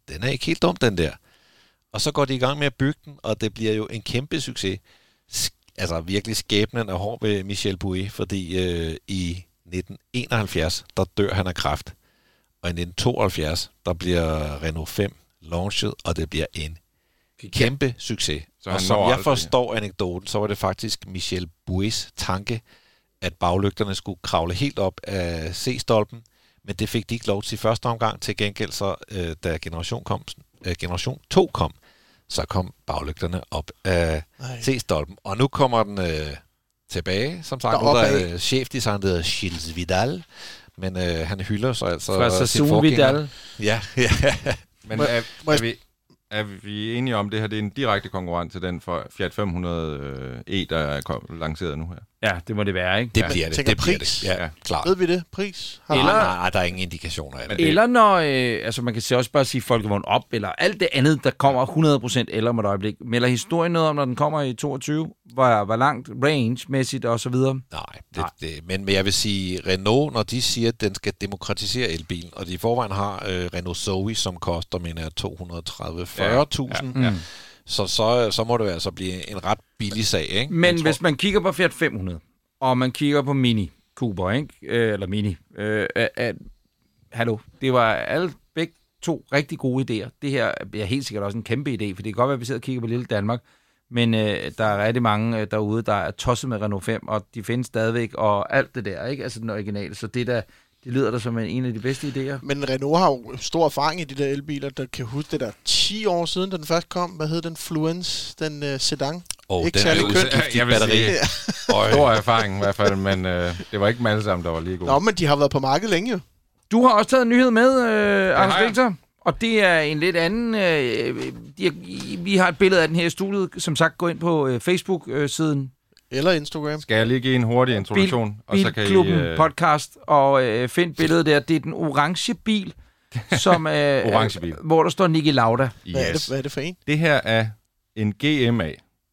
den er ikke helt dum, den der. Og så går de i gang med at bygge den, og det bliver jo en kæmpe succes. Sk- altså virkelig skæbnen er hård ved Michel Bouet, fordi øh, i nitten enoghalvfjerds, der dør han af kræft. Og i nitten tooghalvfjerds, der bliver Renault fem launchet, og det bliver en kæmpe succes. Så og som jeg aldrig. forstår anekdoten, så var det faktisk Michel Bouets tanke, at baglygterne skulle kravle helt op af C-stolpen, men det fik de ikke lov til første omgang. Til gengæld så, øh, da generation, kom, øh, generation to kom, så kom baglygterne op af Ej. C-stolpen. Og nu kommer den øh, tilbage, som sagt. Nu er der øh, chefdesigner, der hedder Gilles Vidal, men øh, han hylder så altså Fra sin forgænger. Vidal. Ja, ja. Men er, er, vi, er vi enige om, det her det er en direkte konkurrent til den for Fiat fem hundrede E, der er kom, lanceret nu her? Ja, det må det være, ikke? Det ja. bliver det. Det bliver det. Ja, ja, klart. Ved vi det? Pris? Har eller, nej, nej, der er ingen indikationer af det. Eller når, øh, altså man kan også bare sige Folkevogn op, eller alt det andet, der kommer hundrede procent eller om et øjeblik. Melder historien noget om, når den kommer i toogtyve? Hvor, hvor langt range-mæssigt og så videre? Nej, det, nej. Det, men jeg vil sige, Renault, når de siger, at den skal demokratisere elbilen, og de i forvejen har øh, Renault Zoe, som koster, mener jeg, to hundrede og tredive til fyrre tusind. Ja, ja. Mm. Så, så, så må det altså blive en ret billig sag, ikke? Men hvis man kigger på Fiat fem hundrede, og man kigger på Mini Cooper, ikke? Øh, eller Mini. Øh, øh, øh, hallo, det var alle begge to rigtig gode idéer. Det her er helt sikkert også en kæmpe idé, for det kan godt være, at vi sidder og kigger på lille Danmark, men øh, der er rigtig mange øh, derude, der er tosset med Renault fem, og de findes stadigvæk, og alt det der, ikke? Altså den originale. Så det der, det lyder da som en af de bedste idéer. Men Renault har jo stor erfaring i de der elbiler, der kan huske det der ti år siden, den først kom. Hvad hed den? Fluence, den uh, sedan. Oh, ikke særlig kønt. Jeg vil sige, stor erfaring i hvert fald, men øh, det var ikke dem alle sammen, der var lige gode. Nå, men de har været på markedet længe jo. Du har også taget en nyhed med, øh, Anders Richter, og det er en lidt anden... Øh, de, vi har et billede af den her i studiet. Som sagt, gå ind på øh, Facebook-siden. Eller Instagram. Skal jeg lige give en hurtig introduktion? Bil, og så kan Bilklubben I, øh... podcast, og øh, find billedet der. Det er den orange bil, som, øh, orange bil. hvor der står Niki Lauda. Yes. Hvad, er det, hvad er det for en? Det her er en G M A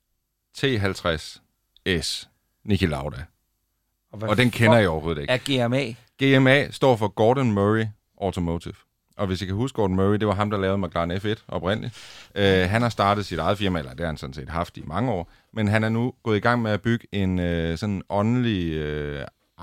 T halvtreds S Niki Lauda. Og, og den kender jeg overhovedet ikke. Er G M A? G M A står for Gordon Murray Automotive. Og hvis I kan huske Gordon Murray, det var ham, der lavede McLaren F et oprindeligt. Uh, han har startet sit eget firma, eller det har han sådan set haft i mange år. Men han er nu gået i gang med at bygge en uh, sådan åndelig uh,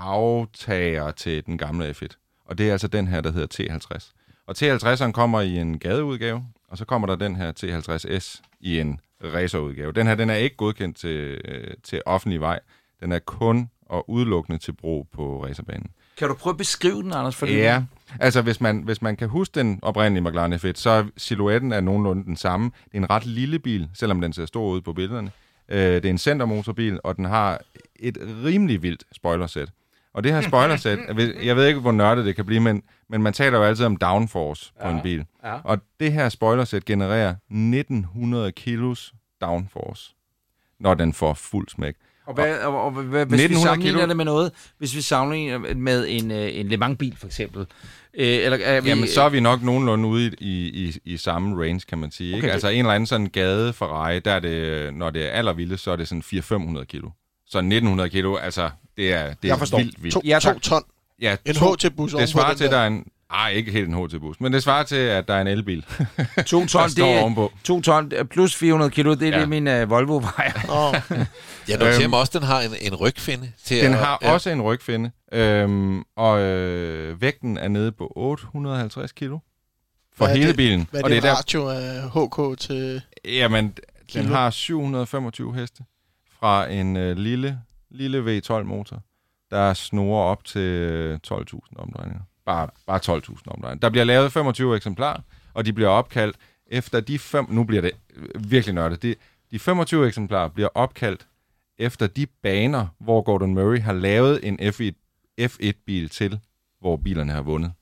aftager til den gamle F et. Og det er altså den her, der hedder T halvtreds. Og T halvtredseren kommer i en gadeudgave, og så kommer der den her T halvtreds S i en racerudgave. Den her, den er ikke godkendt til, øh, til offentlig vej. Den er kun og udelukkende til brug på racerbanen. Kan du prøve at beskrive den, Anders? For ja, det? altså hvis man, hvis man kan huske den oprindelige McLaren F et, så er silhuetten er nogenlunde den samme. Det er en ret lille bil, selvom den ser stor ud på billederne. Øh, det er en centermotorbil, og den har et rimelig vildt spoilersæt. Og det her spoilersæt, jeg ved ikke, hvor nørdet det kan blive, men, men man taler jo altid om downforce på ja, en bil. Ja. Og det her spoilersæt genererer nitten hundrede kilos downforce, når den får fuld smæk. Og, hvad, og, og hvad, hvis vi sammenligner kilo? det med noget, hvis vi sammenligner med en, en Le Mans-bil for eksempel, øh, eller er vi, jamen så er vi nok nogenlunde ude i, i, i, i samme range, kan man sige. Okay, ikke? Altså en eller anden sådan gade Ferrari, der er det, når det er allervildest, så er det sådan fire til fem hundrede kilo. Så nitten hundrede kilo, altså det er, det er vildt vildt. To, ja, to ton. Ja, en H T-bus. Det svarer til, at der er en... Ej, ikke helt en H T-bus, men det svarer til, at der er en elbil. To ton, det er, to ton plus fire hundrede kilo, det er ja. det, min uh, Volvo vejer. Oh. Jeg noterer mig også, at den har en, en rygfinde. Til den at, har ja. også en rygfinde, øhm, og øh, vægten er nede på otte hundrede og halvtreds kilo for hele det, bilen. Hvad er og det, det ratio af H K til... Jamen, den har syv hundrede og femogtyve heste fra en øh, lille, lille V tolv motor, der snurrer op til tolv tusind omdrejninger. Bare, bare tolv tusind omdrejninger. Der bliver lavet femogtyve eksemplarer, og de bliver opkaldt efter de fem... Nu bliver det virkelig nørdet. De, de femogtyve eksemplarer bliver opkaldt efter de baner, hvor Gordon Murray har lavet en F et, F et-bil til, hvor bilerne har vundet.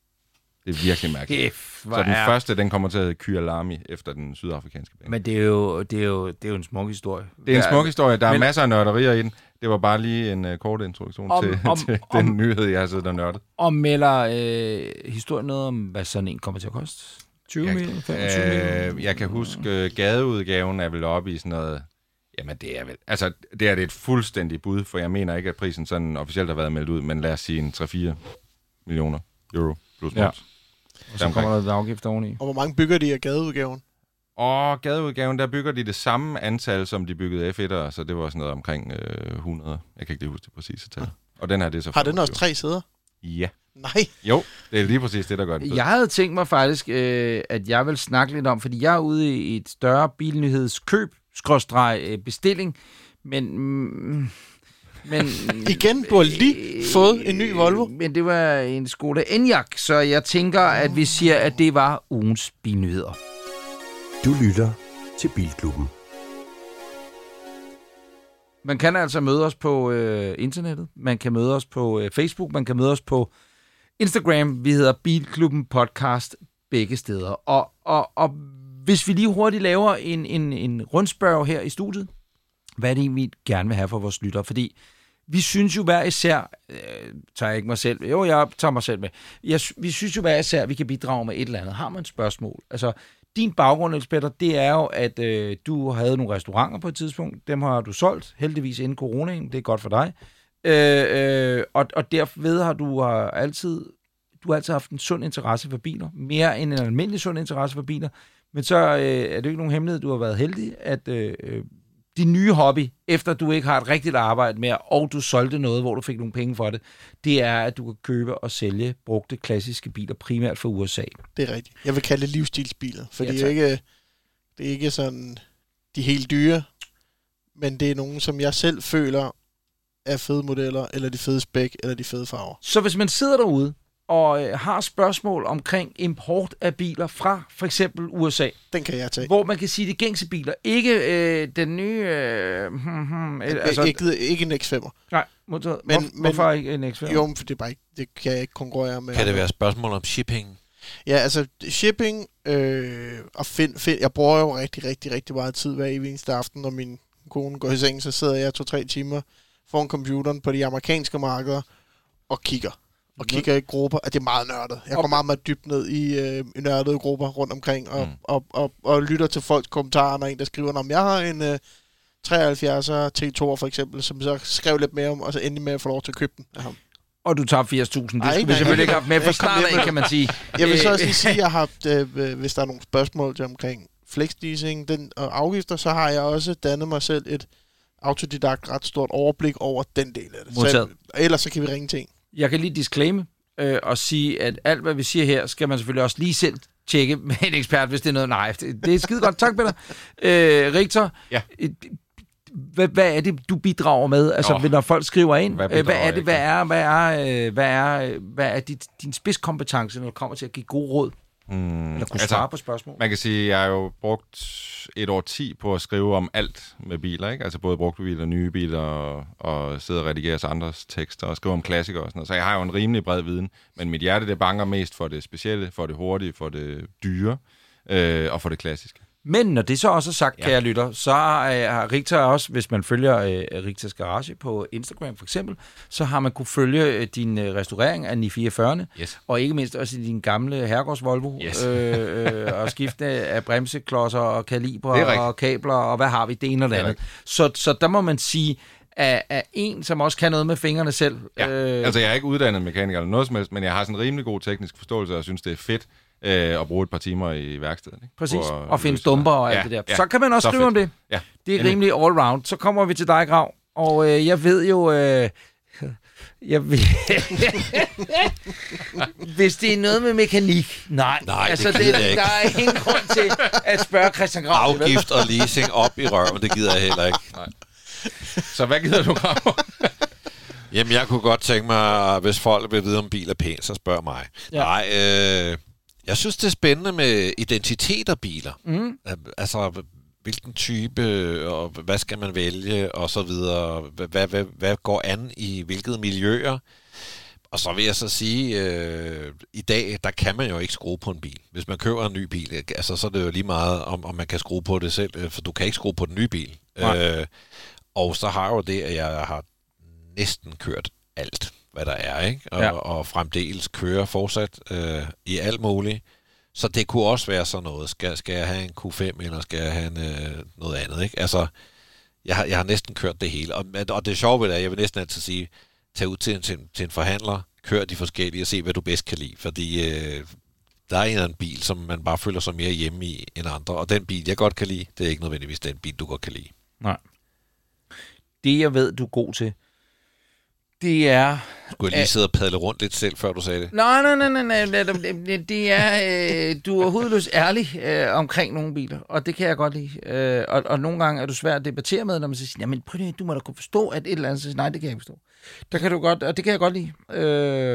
Det er virkelig mærkeligt. F, så den er... første, den kommer til at hedde Kyalami efter den sydafrikanske bane. Men det er jo, det er jo, det er jo en smuk historie. Det er en smuk historie. Der er men... masser af nørderier i den. Det var bare lige en uh, kort introduktion om, til, om, til om, den nyhed, jeg har siddet og nørdet. Og melder øh, historien noget om, hvad sådan en kommer til at koste? tyve millioner? femogtyve millioner? Øh, jeg kan huske, uh, gadeudgaven er vel oppe i sådan noget... Jamen, det er vel... Altså, det er det et fuldstændigt bud, for jeg mener ikke, at prisen sådan officielt har været meldt ud, men lad os sige en tre til fire millioner euro plus moms. Og så kommer der et afgift oveni. Og hvor mange bygger de af gadeudgaven? Og gadeudgaven, der bygger de det samme antal, som de byggede F et'er, så det var sådan noget omkring øh, hundrede. Jeg kan ikke lige huske det præcise tal. Og den her, det er så Har den også tre sæder? Ja. Nej. Jo, det er lige præcis det, der gør den fed. Jeg havde tænkt mig faktisk, øh, at jeg vil snakke lidt om, fordi jeg er ude i et større bilnyhedskøb, skråstreg øh, bestilling, men... Mm, men igen, du har lige øh, fået en ny Volvo. Men det var en Skoda Enyaq, så jeg tænker, at vi siger, at det var ugens bilnyheder. Du lytter til Bilklubben. Man kan altså møde os på øh, internettet, man kan møde os på øh, Facebook, man kan møde os på Instagram. Vi hedder Bilklubben Podcast begge steder. Og, og, og hvis vi lige hurtigt laver en, en, en rundspørg her i studiet, hvad er det egentlig, vi gerne vil have for vores lyttere? Fordi vi synes jo hver især, øh, tager jeg ikke mig selv, jo, jeg tager mig selv med, jeg, vi synes jo hver især, vi kan bidrage med et eller andet. Har man et spørgsmål? Altså, din baggrund, Niels Peter, det er jo, at øh, du havde nogle restauranter på et tidspunkt. Dem har du solgt, heldigvis inden coronaen. Det er godt for dig. Øh, øh, og, og derved har du har altid, du har altid haft en sund interesse for biler. Mere end en almindelig sund interesse for biler. Men så øh, er det ikke nogen hemmelighed, du har været heldig, at øh, din nye hobby, efter du ikke har et rigtigt arbejde mere, og du solgte noget, hvor du fik nogle penge for det, det er, at du kan købe og sælge brugte klassiske biler, primært fra U S A. Det er rigtigt. Jeg vil kalde det livsstilsbiler, for Ja, det er ikke, det er ikke sådan de helt dyre, men det er nogen, som jeg selv føler er fede modeller, eller de fede spæk, eller de fede farver. Så hvis man sidder derude og øh, har spørgsmål omkring import af biler fra for eksempel U S A, Den kan jeg tage. hvor man kan sige de gængse biler, ikke øh, den nye... Øh, hmm, hmm, Altså, altså, ikke, ikke en X femmer. nej, modtaget. Men- Hvor, men- hvorfor ikke en X fem? Jo, for det er bare ikke, det kan jeg ikke konkurrere med. Kan det være et spørgsmål om shipping? Ja, altså shipping øh, og find, find, jeg bruger jo rigtig, rigtig, rigtig meget tid hver evig eneste aften, når min kone går i seng, så sidder jeg to-tre timer foran computeren på de amerikanske markeder og kigger. Og kigger i grupper, og det er meget nørdet. Jeg går meget, meget dybt ned i, øh, i nørdede grupper rundt omkring, og, mm. og, og, og, og lytter til folks kommentarer, når en, der skriver, om jeg har en øh, treoghalvfjerdser T to for eksempel, som så skrev lidt mere om, og så endelig med at få lov til at købe den af ham. Og du tager firs tusind. Det Ej, skulle vi nej, selvfølgelig nej. ikke have haft med fra Jeg kom start med af, kan man sige. Jeg vil så Øh, også lige sige, at jeg har haft, øh, hvis der er nogle spørgsmål til omkring flexleasing den, og afgifter, så har jeg også dannet mig selv et autodidakt ret stort overblik over den del af det. Modtaget. Så, ellers så kan vi ringe til en. Jeg kan lige disclaime øh, og sige, at alt, hvad vi siger her, skal man selvfølgelig også lige selv tjekke med en ekspert, hvis det er noget. Nej, det, det er skide godt. Tak, Peter. Øh, Richter, Ja. hvad, hvad er det, du bidrager med? Altså, Oh. når folk skriver ind, Hvad hvad, hvad bidrager er det, jeg hvad er, hvad er, øh, hvad er, hvad er dit, din spidskompetence, når det kommer til at give gode råd? Hmm, Eller kunne svare på spørgsmål? Man kan sige, at jeg har jo brugt et år ti på at skrive om alt med biler, ikke? Altså både brugte biler, nye biler, og, og sidde og redigere andres tekster, og skrive om klassikere og sådan noget. Så jeg har jo en rimelig bred viden, men mit hjerte, det banker mest for det specielle, for det hurtige, for det dyre, øh, og for det klassiske. Men når det så også er sagt, Ja. kære lytter, så har Richter også, hvis man følger øh, Richters Garage på Instagram for eksempel, så har man kunne følge øh, din øh, restaurering af Ni fireogfyrre, Yes. og ikke mindst også din gamle herregårds Volvo, Yes. øh, øh, og skifte af bremseklodser og kalibre Det er rigtigt. og kabler, og hvad har vi, det ene og det Det er andet. Så, så der må man sige, at, at en, som også kan noget med fingrene selv. Ja. Øh, Altså jeg er ikke uddannet mekaniker eller noget som helst, men jeg har sådan en rimelig god teknisk forståelse, og jeg synes, det er fedt øh, at bruge et par timer i værkstedet. Ikke? Præcis, På at og finde løse stumper og alt Ja, det der. ja. Så kan man også Så skrive om fedt. det. Ja. Det er Endelig. rimelig all round. Så kommer vi til dig, Grav. Og øh, jeg ved jo... Øh, jeg ved, hvis det er noget med mekanik... Nej, Nej, det altså, gider jeg ikke. der er ingen grund til at spørge Christian Grav. Afgift og leasing op i røven, det gider jeg heller ikke. Så hvad gider du, Grav? Jamen, jeg kunne godt tænke mig, hvis folk vil vide, om bil er pænt, så spørg mig. Ja. Ja. Nej, øh, jeg synes, det er spændende med identitet af biler. Mm. Altså, hvilken type, og hvad skal man vælge, og så videre. Hvad, hvad, hvad, hvad går an i hvilke miljøer? Og så vil jeg så sige, øh, i dag, der kan man jo ikke skrue på en bil. Hvis man køber en ny bil, ikke? Altså, så er det jo lige meget, om, om man kan skrue på det selv, øh, for du kan ikke skrue på den nye bil. Øh, og så har jeg jo det, at jeg har næsten kørt alt, hvad der er, ikke? Og, Ja. og fremdeles kører fortsat øh, i alt muligt. Så det kunne også være sådan noget. Skal, skal jeg have en Q fem, eller skal jeg have en, øh, noget andet, ikke? Altså, jeg har, jeg har næsten kørt det hele. Og, og det sjove ved det er, jeg vil næsten altid sige, tag ud til en, til, en, til en forhandler, kør de forskellige og se, hvad du bedst kan lide. Fordi øh, der er en eller anden bil, som man bare føler sig mere hjemme i end andre. Og den bil, jeg godt kan lide, det er ikke nødvendigvis den bil, du godt kan lide. Nej. Det, jeg ved, du er god til, det er... Skulle jeg lige sidde og padle rundt lidt selv, før du sagde det? Nej, nej, nej, nej, nej. Det, det er... Øh, du er hudløst ærlig øh, omkring nogle biler, og det kan jeg godt lide. Øh, og, og nogle gange er du svær at debattere med, når man siger, jamen prøv lige, du må da kunne forstå, at et eller andet siger, nej, det kan jeg ikke forstå. Der kan du godt, og det kan jeg godt lide. Øh,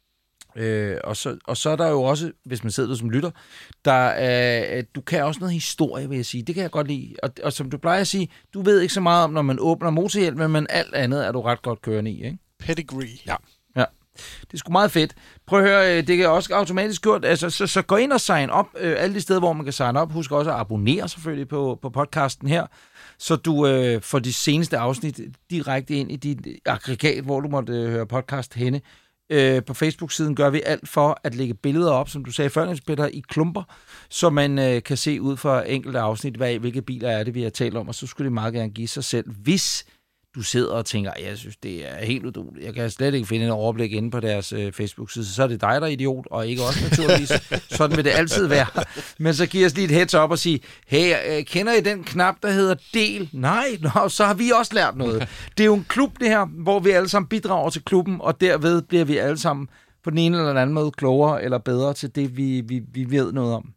øh, og, så, og så er der jo også, hvis man sidder der som lytter, der er, du kan også noget historie, vil jeg sige. Det kan jeg godt lide. Og, og som du plejer at sige, du ved ikke så meget om, når man åbner motorhjelmen, men alt andet er du ret godt kørende i, ikke? Pedigree. Ja. Ja. Det er sgu meget fedt. Prøv at høre, det er også automatisk gjort. Altså, så, så gå ind og sign op. Øh, alle de steder, hvor man kan sign op. Husk også at abonnere selvfølgelig på, på podcasten her, så du øh, får de seneste afsnit direkte ind i dit aggregat, hvor du måtte øh, høre podcast henne. Øh, på Facebook-siden gør vi alt for at lægge billeder op, som du sagde før, Peter, i klumper, så man øh, kan se ud fra enkelte afsnit, hvad, hvilke biler er det, vi har talt om, og så skulle det meget gerne give sig selv, hvis du sidder og tænker, jeg synes, det er helt uduligt. Jeg kan slet ikke finde en overblik inde på deres øh, Facebook-side. Så er det dig, der er idiot, og ikke også naturligvis. Sådan vil det altid være. Men så giver os lige et heads up og sige, hey, øh, kender I den knap, der hedder del? Nej, nå, så har vi også lært noget. Det er jo en klub, det her, hvor vi alle sammen bidrager til klubben, og derved bliver vi alle sammen på den ene eller den anden måde klogere eller bedre til det, vi, vi, vi ved noget om.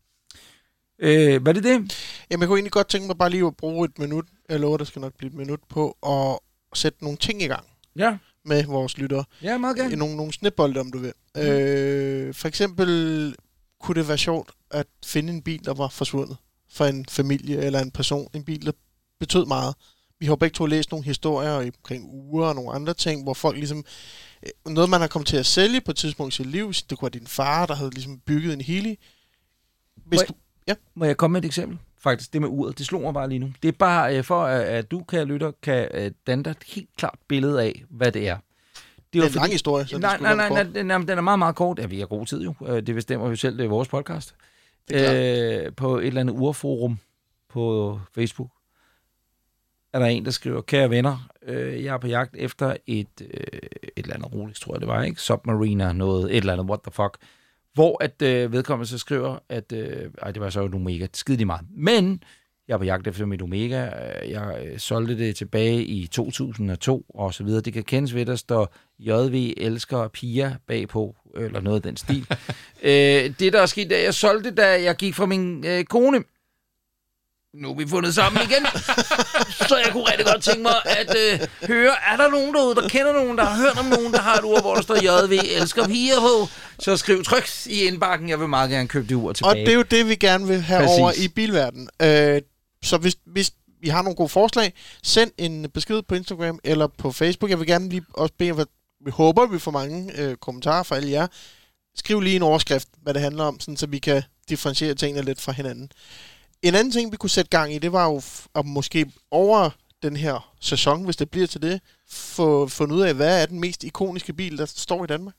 Øh, hvad er det det? Jamen, jeg kunne egentlig godt tænke mig bare lige at bruge et minut, jeg lover, der skal nok blive et minut på, og sætte nogle ting i gang Ja. med vores lyttere. Ja, meget gerne. Nogle, nogle snibbolde, om du vil. Mm. Øh, for eksempel kunne det være sjovt at finde en bil, der var forsvundet for en familie eller en person. En bil, der betød meget. Vi har begge to læst nogle historier omkring uger og nogle andre ting, hvor folk ligesom... Noget, man har kommet til at sælge på et tidspunkt i sit liv. Det kunne være din far, der havde ligesom bygget en heli. Hvis du, ja. Må jeg komme med et eksempel? Faktisk, det med uret, det slog mig bare lige nu. Det er bare øh, for, at, at du, kære lytter, kan øh, danne dig et helt klart billede af, hvad det er. Det er en lang historie, så nej, det nej, nej, nej, den er, den er meget, meget kort. Ja, vi har god tid jo. Det bestemmer vi selv, det er vores podcast. Det er øh, på et eller andet urforum på Facebook er der en, der skriver, kære venner, øh, jeg er på jagt efter et, øh, et eller andet Rolex, tror jeg det var, ikke? Submariner, noget, et eller andet, what the fuck. Hvor at øh, vedkommende så skriver, at øh, ej, det var så et Omega, skide de meget. Men jeg er på jagt efter mit Omega, jeg øh, solgte det tilbage i to tusind og to og så videre. Det kan kendes ved, der står J V elsker piger bagpå, eller noget af den stil. øh, det, der er sket, da jeg solgte det, da jeg gik fra min øh, kone. Nu er vi fundet sammen igen. Så jeg kunne rigtig godt tænke mig at øh, høre, er der nogen derude, der kender nogen, der har hørt om nogen, der har et ur, hvor der står J V elsker piger på? Så skriv tryk i indbakken, jeg vil meget gerne købe det ur tilbage. Og det er jo det, vi gerne vil have Præcis. over i bilverdenen. Øh, så hvis, hvis I har nogle gode forslag, send en besked på Instagram eller på Facebook. Jeg vil gerne lige også bede, hvad vi håber, vi får mange øh, kommentarer fra alle jer. Skriv lige en overskrift, hvad det handler om, sådan, så vi kan differentiere tingene lidt fra hinanden. En anden ting, vi kunne sætte gang i, det var jo at måske over den her sæson, hvis det bliver til det, få fundet ud af, hvad er den mest ikoniske bil, der står i Danmark.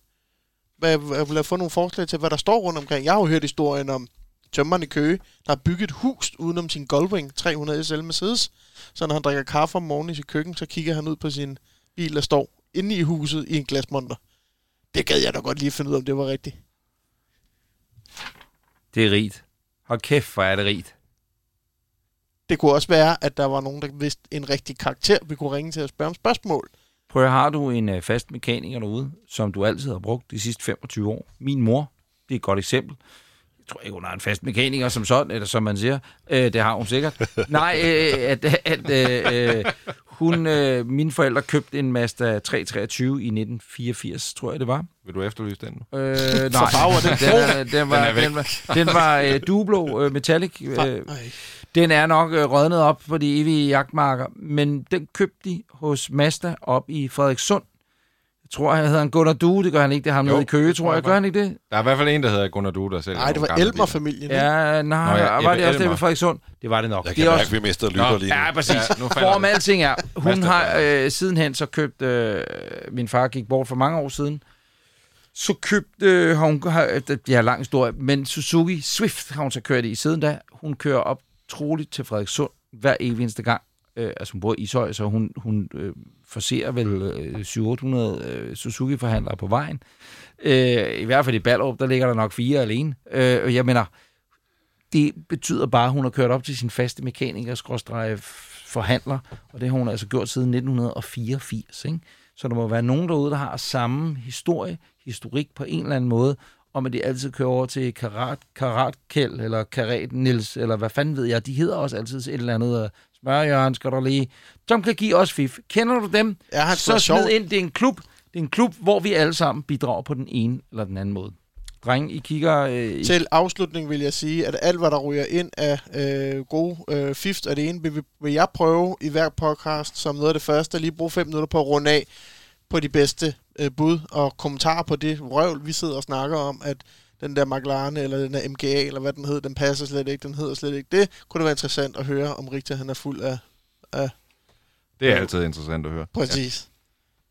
Jeg vil få nogle forslag til, hvad der står rundt omkring. Jeg har jo hørt historien om tømmeren i Køge, der har bygget et hus udenom sin Goldwing tre hundrede S L Mercedes. Så når han drikker kaffe om morgenen i sit køkken, så kigger han ud på sin bil, der står inde i huset i en glasmonter. Det gad jeg da godt lige at finde ud af, om det var rigtigt. Det er rigt. Hold kæft, hvor er det rigt. Det kunne også være, at der var nogen, der vidste en rigtig karakter, vi kunne ringe til at spørge om spørgsmål. Prøv at har du en uh, fast mekaniker derude, som du altid har brugt de sidste femogtyve år. Min mor, det er et godt eksempel. Jeg tror ikke, hun har en fast mekaniker som sådan, eller som man siger. Øh, det har hun sikkert. Nej, øh, at, at øh, hun, øh, mine forældre købte en Mazda tre treogtyve i nitten fireogfirs, tror jeg det var. Vil du efterlyse den nu? Øh, nej, den, er, den var, den var, den var øh, duoblå øh, metallic. Øh, den er nok øh, rødnet op på de evige jagtmarker, men den købte de hos Mazda op i Frederikssund. Jeg tror, han hedder en Gunnar Due, det gør han ikke, det har ham nede i Køge, tror jeg. Gør han ikke det? Der er i hvert fald en, der hedder Gunnar Due, der selv. Nej, det var Elmer-familien. Ja, nej, Nå, ja, var det også Elmer. det ved Frederikssund? Det var det nok. Jeg det kan er mærke, også... vi mister lytter lige nu. Ja, præcis. Ja, Hvorom alting er, hun har øh, sidenhen så købt, øh, min far gik bort for mange år siden, så købte øh, hun, har, det er lang historie, men Suzuki Swift har hun så kørt i siden da. Hun kører op troligt til Frederikssund hver evig eneste gang. Øh, altså hun bor i Ishøj, så hun, hun øh, forser vel øh, syv hundrede otte hundrede øh, Suzuki-forhandlere på vejen. Øh, I hvert fald i Ballerup, der ligger der nok fire alene. Øh, jeg mener, det betyder bare, at hun har kørt op til sin faste mekaniker-forhandler, og det har hun altså gjort siden nitten fireogfirs. Ikke? Så der må være nogen derude, der har samme historie, historik på en eller anden måde, om at de altid kører over til Karat, Karatkæld, eller Karat Niels, eller hvad fanden ved jeg. De hedder også altid et eller andet smørjørn, skal der lige... Som kan give os fif. Kender du dem? Ja, så smid ind. Det er en klub, det er en klub, hvor vi alle sammen bidrager på den ene eller den anden måde. Drenge, I kigger... Øh, Til afslutning vil jeg sige, at alt, hvad der ryger ind af øh, gode øh, fifs af det ene, vil, vil jeg prøve i hver podcast som noget af det første, lige bruge fem minutter på at runde af på de bedste øh, bud og kommentarer på det røvl, vi sidder og snakker om, at den der McLaren eller den der M G A, eller hvad den hed, den passer slet ikke, den hedder slet ikke. Det kunne det være interessant at høre, om Richter han er fuld af... af det er altid interessant at høre. Præcis. Ja.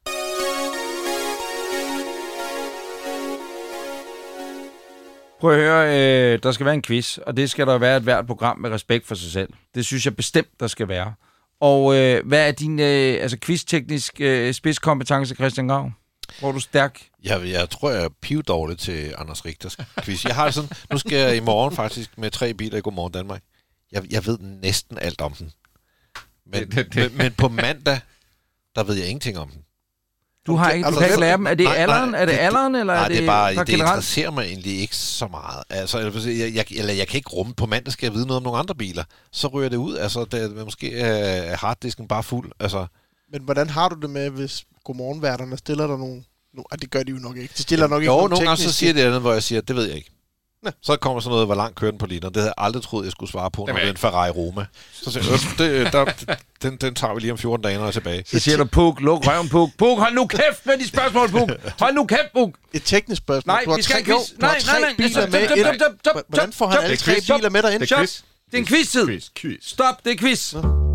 Prøv at høre, øh, der skal være en quiz, og det skal der være et hvert program med respekt for sig selv. Det synes jeg bestemt, der skal være. Og øh, hvad er din øh, altså quiz-teknisk øh, spidskompetence, Christian Grav? Hvor er du stærk? Jeg, jeg tror, jeg er pivdårlig til Anders Richters quiz. Jeg har sådan, nu skal jeg i morgen faktisk med tre biler i Godmorgen Danmark. Jeg, jeg ved næsten alt om den. Men, det, det, det. men, men på mandag, der ved jeg ingenting om den. Du har ikke, du kan ikke lære dem. Er det nej, alderen, nej, er det, det alderen, eller nej, er det, det er bare, bare det interesserer mig egentlig ikke så meget. Altså, jeg, jeg, eller jeg kan ikke rumme, på mandag skal jeg vide noget om nogle andre biler. Så ryger det ud. Altså, det, måske er harddisken bare fuld. Altså. Men hvordan har du det med, hvis godmorgenværterne stiller der nogle... No, det gør de jo nok ikke. De stiller ja, nok ikke jo, nogle nogle tekniske... gange så siger det andet, hvor jeg siger, det ved jeg ikke. Ja. Så kommer sådan noget, hvor langt kører den på literen. Det havde jeg aldrig troet, jeg skulle svare på, når det er en Ferrari Roma. Så siger jeg, det, der, den, den tager vi lige om fjorten dage, når jeg er tilbage. Så siger du, Puk, luk røven, Puk. Puk, hold nu kæft med de spørgsmål, Puk. Hold nu kæft, Puk. Et teknisk spørgsmål. Nej, du har vi skal tre, ikke... jo, du har tre biler med. Hvordan får han alle tre biler med derind? Det er en quiz-tid. Stop, det er quiz.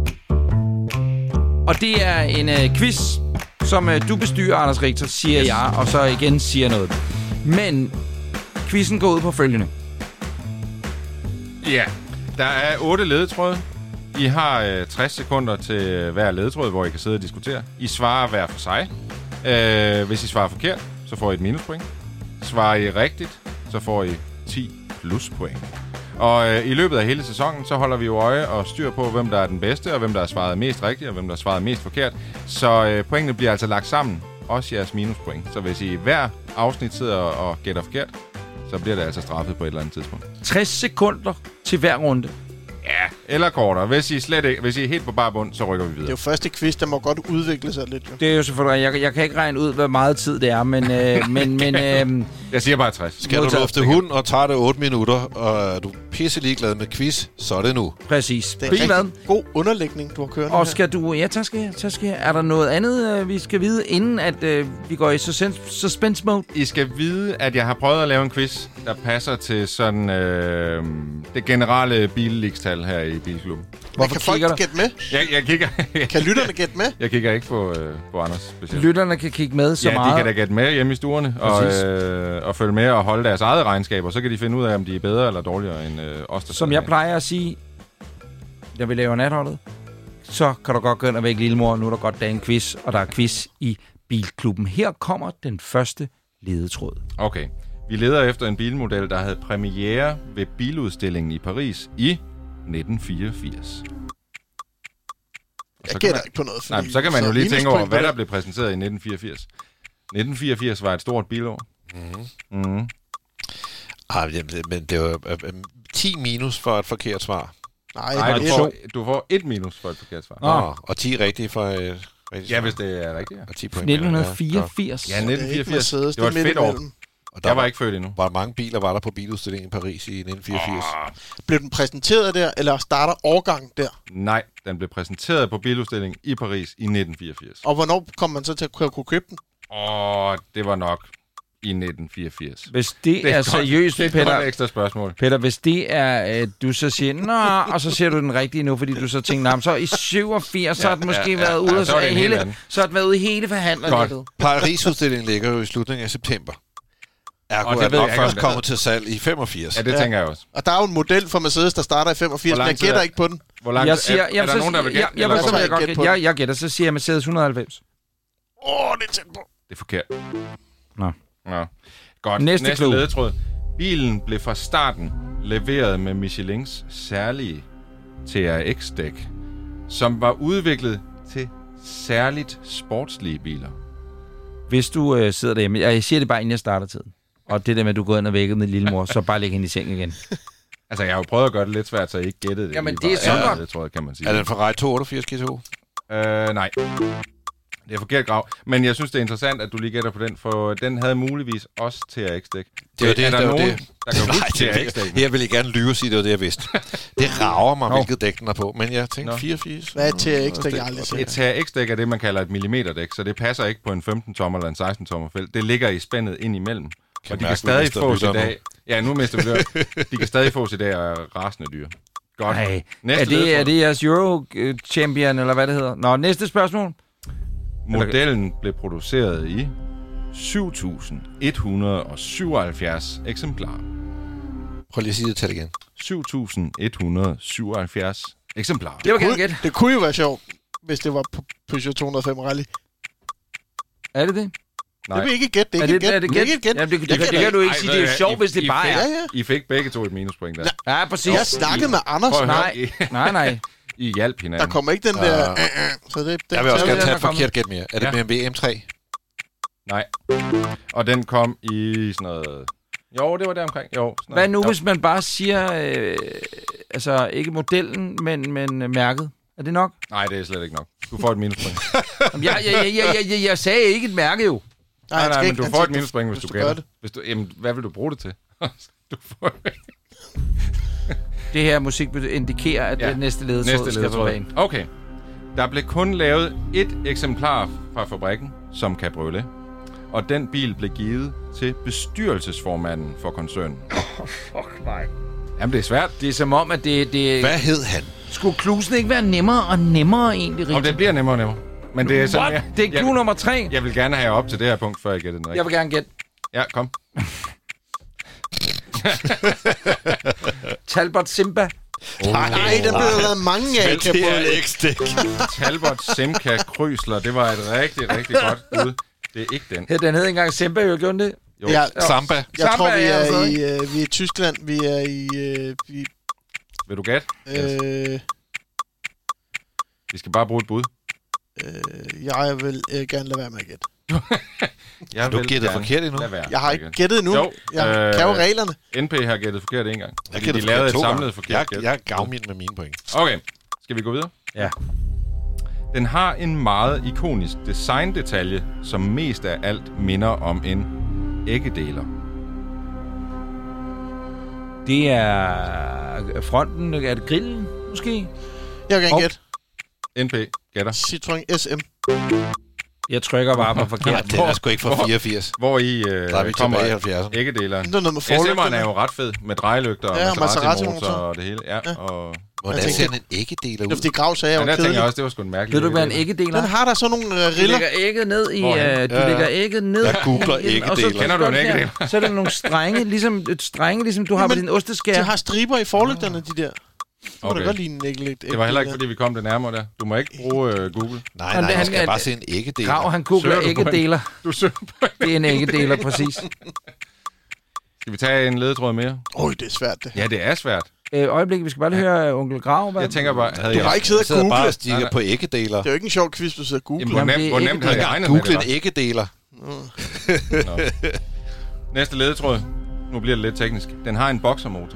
Og det er en uh, quiz, som uh, du bestyrer, Anders Richter, siger yes. jeg, og så igen siger noget. Men quizzen går ud på følgende. Ja, der er otte ledetråde. I har øh, tres sekunder til hver ledetråd, hvor I kan sidde og diskutere. I svarer hver for sig. Øh, hvis I svarer forkert, så får I et minuspoint. Svarer I rigtigt, så får I ti pluspoint. Og øh, i løbet af hele sæsonen, så holder vi jo øje og styr på, hvem der er den bedste, og hvem der har svaret mest rigtigt, og hvem der har svaret mest forkert. Så øh, pointene bliver altså lagt sammen. Også jeres minuspoint. Så hvis I hver afsnit sidder og gætter forkert, så bliver det altså straffet på et eller andet tidspunkt. tres sekunder til hver runde. Ja, eller kortere. Hvis I, slet ikke, hvis I er helt på bar bund, så rykker vi videre. Det er jo første quiz, der må godt udvikle sig lidt. Jo. Det er jo selvfølgelig... Jeg, jeg kan ikke regne ud, hvor meget tid det er, men... Øh, men, men øh, jeg siger bare tres. Skal du lufte hund og tager det otte minutter, og er du pisse ligeglad med quiz, så er det nu. Præcis. Det er en god underlægning, du har kørt. Og skal du... Ja, tak skal jeg. Tak skal jeg. Er der noget andet, øh, vi skal vide, inden at øh, vi går i suspense mode? I skal vide, at jeg har prøvet at lave en quiz, der passer til sådan øh, det generelle billigstal her i Bilklubben. Hvorfor kan folk gætte med? Jeg, jeg kigger... Kan lytterne gætte med? Jeg kigger ikke på, øh, på Anders specielt. Lytterne kan kigge med så ja, meget. Ja, de kan da gætte med hjemme i stuerne og, øh, og følge med og holde deres eget regnskab, og så kan de finde ud af, om de er bedre eller dårligere end øh, os, der som jeg plejer at sige, når vi laver natholdet, så kan du godt gå ind og vække lillemor. Nu er der godt dag en quiz, og der er quiz i Bilklubben. Her kommer den første ledetråd. Okay. Vi leder efter en bilmodel, der havde premiere ved biludstillingen i Paris i nitten fireogfirs. Jeg gætter ikke på noget. Nej, så kan man så jo lige tænke over, hvad der blev præsenteret i nitten fireogfirs. nitten fireogfirs var et stort bilår. Mm-hmm. Mm-hmm. Ah, men det var øh, ti minus for et forkert svar. Nej, Nej du, får, du får et minus for et forkert svar. Ah, og ti rigtige for et øh, rigtigt ja, hvis det er rigtigt. Ja. Og ti point nitten fireogfirs. Ja, nitten fireogfirs. Det var et fedt år. Og der jeg var, var ikke født endnu. Hvor mange biler var der på biludstillingen i Paris i nitten fireogfirs? Oh. Blev den præsenteret der, eller starter årgang der? Nej, den blev præsenteret på biludstillingen i Paris i nitten fireogfirs. Og hvornår kom man så til at kunne købe den? Åh, oh, det var nok i nitten fireogfirs. Hvis det, det er, er seriøst, det er Peter, et ekstra spørgsmål. Peter, hvis det er, øh, du så siger, nå, og så siger du den rigtige nu, fordi du så tænker, så i syvogfirs, så har den måske ja, ja, været ude ja, så, hele, så har den været ude i hele forhandlerne. Paris-udstillingen ligger jo i slutningen af september. Ergo og det er nok først kommet til salg i femogfirs. Ja, det ja. tænker jeg også. Og der er jo en model for Mercedes, der starter i femogfirs, men jeg gætter ikke på den. Hvor langt Jeg siger, er, jamen, er der så, nogen, der vil gætte? jeg, jeg, eller jeg, så jeg, vil jeg jeg, gætte jeg, på jeg, jeg gætter, så siger jeg Mercedes et hundrede og halvfems. Åh, oh, det er tæt på. Det er forkert. Nå. Nå. Godt. Næste Næste clue. ledetråd. Bilen blev fra starten leveret med Michelins særlige T R X-dæk, som var udviklet til særligt sportslige biler. Hvis du øh, sidder derhjemme, jeg siger det bare, inden jeg starter tiden. Og det der med, at du går ind og vækker med lillemor, så bare læg hende i seng igen. Altså, jeg har jo prøvet at gøre det lidt svært, så jeg ikke gættede det. Jamen, lige det er bare. så Ja, godt. det tror jeg, kan man sige. Er den Ferrari to otteogfirs G T O? Øh, nej. Det er forkert, Grav. Men jeg synes, det er interessant, at du lige gætter på den, for den havde muligvis også T R X-dæk. Det var det, er der det var nogen, det. der kan Nej, huske T R det, X-dækken? jeg ville gerne lyve og sige, det var det, jeg vidste. Det rager mig, Nå. hvilket dæk den er på. Men jeg tænkte Nå. fireogfirs. Hvad er T R X, det kan jeg aldrig se. Et T R X-dæk er det, man kalder et millimeterdæk, så det passer ikke på en femten-tommer eller en seksten-tommer felt. Det ligger i spændet ind imellem. Kan Og de mærke, kan vi stadig mister fås i lytterne dag. Ja, nu mister vi det. De kan stadig fås i dag af rasende dyr. Godt. Nej, Næste er det, er ledetråd. det jeres Euro-champion, eller hvad det hedder? Nå, næste spørgsmål. Modellen blev produceret i syv tusind et hundrede syvoghalvfjerds eksemplarer. Prøv lige at sige det til igen. syv tusind et hundrede syvoghalvfjerds eksemplarer. Det var gerne Kunne- gætte. Det kunne jo være sjovt, hvis det var på Peugeot to hundrede og fem Rally. Er det det? Nej. Det vil ikke gætte. Det er Er ikke det, et er gæt. det Det er ikke gæt? et gæt. Jamen, det, det, Jeg det, det gætter kan du ikke Ej, sige. ved Det er du jo hvad? sjovt, I- hvis det I bare fik- er. Ja, ja. I fik begge to et minuspoint der. Ja, præcis. Jeg snakkede med Anders. Prøv at høre, Nej, I, nej, nej. I hjalp hinanden. Der kommer ikke den der... Uh, Så det, det, Jeg vil også så er gerne det, tage der et kommer. forkert gæt mere. Er det Ja. B M W M tre? Nej. Og den kom i sådan noget... Jo, det var der omkring. Jo, sådan Hvad nu, noget. hvis man bare siger, øh, altså ikke modellen, men, men øh, mærket? Er det nok? Nej, det er slet ikke nok. Du får et minuspoint. Jamen, jeg, jeg, jeg, jeg, jeg, jeg sagde ikke et mærke jo. Nej, han nej, skal men ikke- du han får skal- et minuspoint, hvis, hvis du du gør gætter. det. Hvis du, jamen, hvad vil du bruge det til? du får... Det her musik indikerer, at Ja. ja. det næste ledetråd Næste skal på banen. ledetråd. Okay. Der blev kun lavet et eksemplar fra fabrikken som cabriolet, og den bil blev givet til bestyrelsesformanden for koncernen. Fuck mig. Jamen, det er svært. Det er som om, at det... det Hvad hed han? skulle klusen ikke være nemmere og nemmere egentlig, Og rigtigt? det bliver nemmere og nemmere. Men det er sådan, What? jeg, Det er clue jeg, nummer tre. jeg vil gerne have jer op til det her punkt, før jeg gætter den rigtigt. Jeg vil gerne gætte. Ja, kom. Talbot Simba. Nej, den blev der lavet mange af. Kan jeg prøve lidt. X-dæk. Talbot Simca Chrysler, det var et rigtig, rigtig godt bud. Det er ikke den. Her, den hed engang Simba, jo gjorde den det? Jo. Ja, Samba. jeg Samba tror, vi er er, altså i, øh, vi er i Tyskland. Vi er i... Øh, vi, Vil du gætte? øh, Vi skal bare bruge et bud. øh, jeg vil øh, gerne lade være med at gætte. Jeg Du vil gættede gerne forkert endnu. lade være. Jeg har ikke gættet endnu. Jo, Jeg øh, kan jo reglerne. N P har gættet forkert en gang. Jeg Fordi gættede de lavede et forkert to samlet gange. forkert gæt. Jeg, jeg er gavmild med mine point. Okay, skal vi gå videre? Ja. Den har en meget ikonisk designdetalje, som mest af alt minder om en æggedeler. Det er fronten. Er det grillen, måske? Jeg vil gerne Og- gætte. N P gætter. Citroën S M. Jeg trykker bare på Ja, forkert. det er sgu ikke fra fireogfirs. Hvor I øh, Der er vi kommer tilbage i halvfjerdserne. æggedeleren. Det er noget med S M'eren forlygterne. er jo ret fed, med drejelygter og Ja, og Maserati-motor Maserati-motor. og det hele. Ja, Ja. og... Hvordan Jeg ser tænker- en æggedeler Det var ud? fordi Grav sagde, Ja, jeg der var tænker jeg kedelig. også, det var sgu en mærkelig Ved du, hvad en æggedeler. æggedeler Den er? har der sådan nogle øh, De riller. lægger ægget ned i... Hvorhen? Øh, de Ja. lægger ægget ned. Jeg googler i den, og så- æggedeler. Kender du en sådan her. æggedeler? Så er der nogle strenge, ligesom et strenge, ligesom du har på Jamen, din osteskær. De har striber i forlygterne, de der. Det må da Okay. godt ligne en æggelægt. Det var heller ikke, fordi vi kom det nærmere der. Du må ikke bruge øh, Google. Nej, Jamen, nej, det- jeg skal han- bare se en æggedeler. Grav, han googler Søger du på en- æggedeler. Du søger på Det er en æggedeler, præcis. Skal vi tage en ledetråd mere? Øj, det er svært, det. Ja, det er svært. Øh, øjeblik, vi skal bare lige høre øh, onkel Grav. Hvad? Jeg tænker bare, havde Du jeg... har ikke siddet Jeg og sidder bare googlet. og stiger Nej, nej. på æggedeler. Det er jo ikke en sjov quiz, du sidder og Jamen, googler. hvor, Jamen, nemt, det er hvor ikke nemt havde det. jeg regnet med det Google var. en æggedeler. Nå. Næste ledetråd. Nu bliver det lidt teknisk. Den har en boksermotor.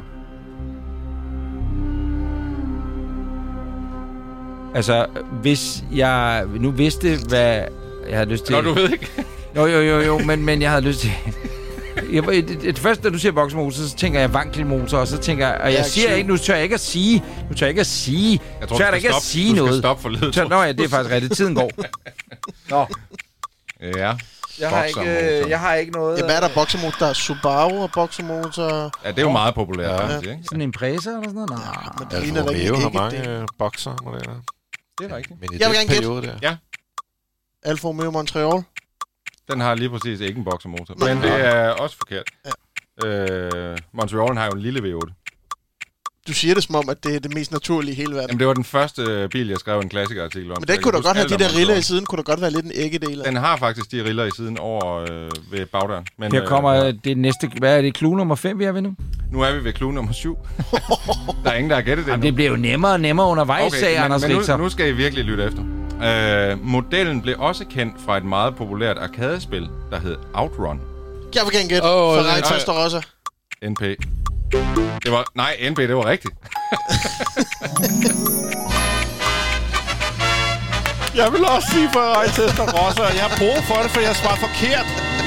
Altså, hvis jeg nu vidste, hvad jeg havde lyst til... Nå, du ved ikke. Jo, jo, jo, jo, men, men jeg havde lyst til... Jeg, det, det, det første, da du siger boksemotor, så tænker jeg vankelmotor, og så tænker jeg... Og jeg Ja, siger syv. ikke, nu tør jeg ikke at sige... Nu tør jeg ikke at sige... Jeg tror, tør du jeg skal ikke at stoppe, sige du skal noget. stoppe for ledetråd. Tør, nå ja, det er faktisk rigtigt. Tiden går. Nå, Ja. jeg har, ikke, Boksermotor. øh, jeg har ikke noget... Ja, hvad er der boksermotor? Der er Subaru og boksermotor. Ja, det er jo meget populært, Ja. faktisk, ikke? Sådan en Impreza eller sådan noget? Nej. Men det Alfa ligner da ikke Romeo har ikke mange det. øh, boksermodeller. Det er rigtigt. Men i Jeg vil den gerne periode der. Alfa Romeo Montreal. Den har lige præcis ikke en boksermotor. Nej. Men det er også forkert. Ja. Øh, Montreal har jo en lille V otte. Du siger det som om, at det er det mest naturlige i hele verden. Jamen, det var den første bil, jeg skrev en klassikerartikel om. Men den kunne da godt have de der riller i siden. Kunne da godt være lidt en æggedel. Den har faktisk de riller i siden over øh, ved bagdøren. Men, Her kommer øh, det næste... Hvad er det? Clue nummer fem, vi er ved nu? Nu er vi ved clue nummer syv. Der er ingen, der har gættet det Jamen, det bliver jo nemmere og nemmere undervejs, okay, sagde men, Anders men nu, Richter. nu skal I virkelig lytte efter. Øh, modellen blev også kendt fra et meget populært arkadespil, der hed Outrun. Jeg vil gerne gætte. Åh, Ferrari nej. Testarossa. N P. Det var... Nej, N P, det var rigtigt. Jeg vil også sige Ferrari Testarossa, og jeg har brug for det, for jeg svarer forkert.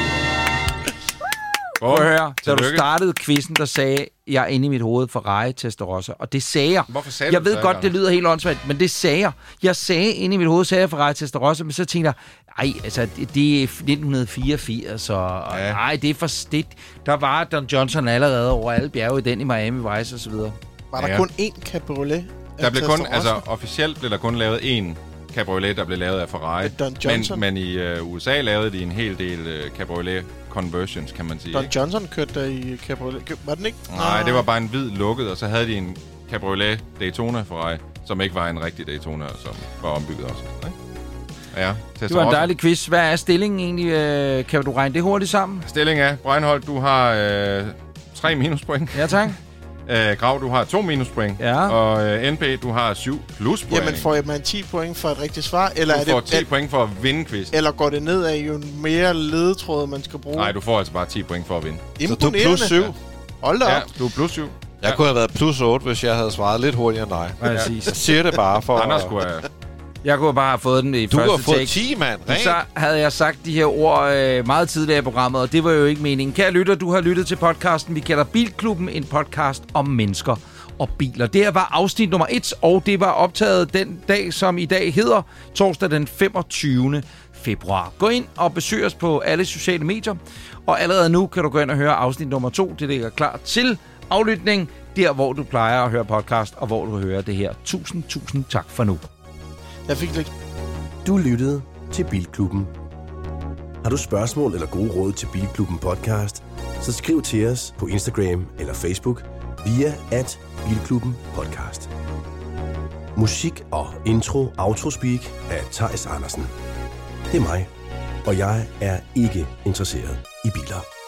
Prøv at høre. Da du Tillykke. startede quizzen, der sagde jeg inde i mit hoved Ferrari Testarossa. Og det sagde jeg. Hvorfor sagde jeg du ved det, godt, Anders? det lyder helt åndssvagt, men det sagde jeg. Jeg sagde inde i mit hoved, sagde jeg Ferrari Testarossa, men så tænkte jeg, ej, altså, det, det er nitten fireogfirs, og Ja. nej, det er for... Det, der var Don Johnson allerede over alle bjerge i den i Miami Vice og så videre. Var der Ja. kun én cabriolet? Der blev kun, Testarossa? altså officielt blev der kun lavet én cabriolet, der blev lavet af Ferrari. Med Don Johnson? Men, men i øh, U S A lavede de en hel del øh, cabriolet conversions, kan man sige. Don ikke? Johnson kørte der i cabriolet. Var den ikke? Nej, det var bare en hvid lukket, og så havde de en cabriolet Daytona Ferrari, som ikke var en rigtig Daytona, som var ombygget også. Ikke? Ja, Det var en Testarossa. dejlig quiz. Hvad er stillingen egentlig? Øh, kan du regne det hurtigt sammen? Stilling er, Breinholt, du har øh, tre minuspoint. Ja, tak. Øh, Grav, du har to minuspoint. Ja. Og øh, N P, du har syv pluspoint. Jamen, får man ti point for et rigtigt svar? Eller, du er får det, ti point for at vinde quizzen. eller går det ned af jo mere ledetråd, man skal bruge? Nej, du får altså bare ti point for at vinde. Så du er Imponerende. plus syv. Hold da Ja, op. du er plus syv. Jeg kunne have været plus otte, hvis jeg havde svaret lidt hurtigere end dig. Præcis. Jeg siger det bare for... Anders kunne have... Jeg kunne bare have fået den i Du første har fået take. ti, mand. Så havde jeg sagt de her ord øh, meget tidligere i programmet, og det var jo ikke meningen. Kære lytter, du har lyttet til podcasten, vi kalder Bilklubben, en podcast om mennesker og biler. Det her var afsnit nummer et, og det var optaget den dag, som i dag hedder torsdag den femogtyvende februar. Gå ind og besøg os på alle sociale medier, og allerede nu kan du gå ind og høre afsnit nummer to. Det ligger klar til aflytning, der hvor du plejer at høre podcast, og hvor du hører det her. Tusind, tusind tak for nu. Jeg fik lidt... Du lyttede til Bilklubben. Har du spørgsmål eller gode råd til Bilklubben podcast, så skriv til os på Instagram eller Facebook via at Bilklubben podcast. Musik og intro, outrospeak af Theis Andersen. Det er mig, og jeg er ikke interesseret i biler.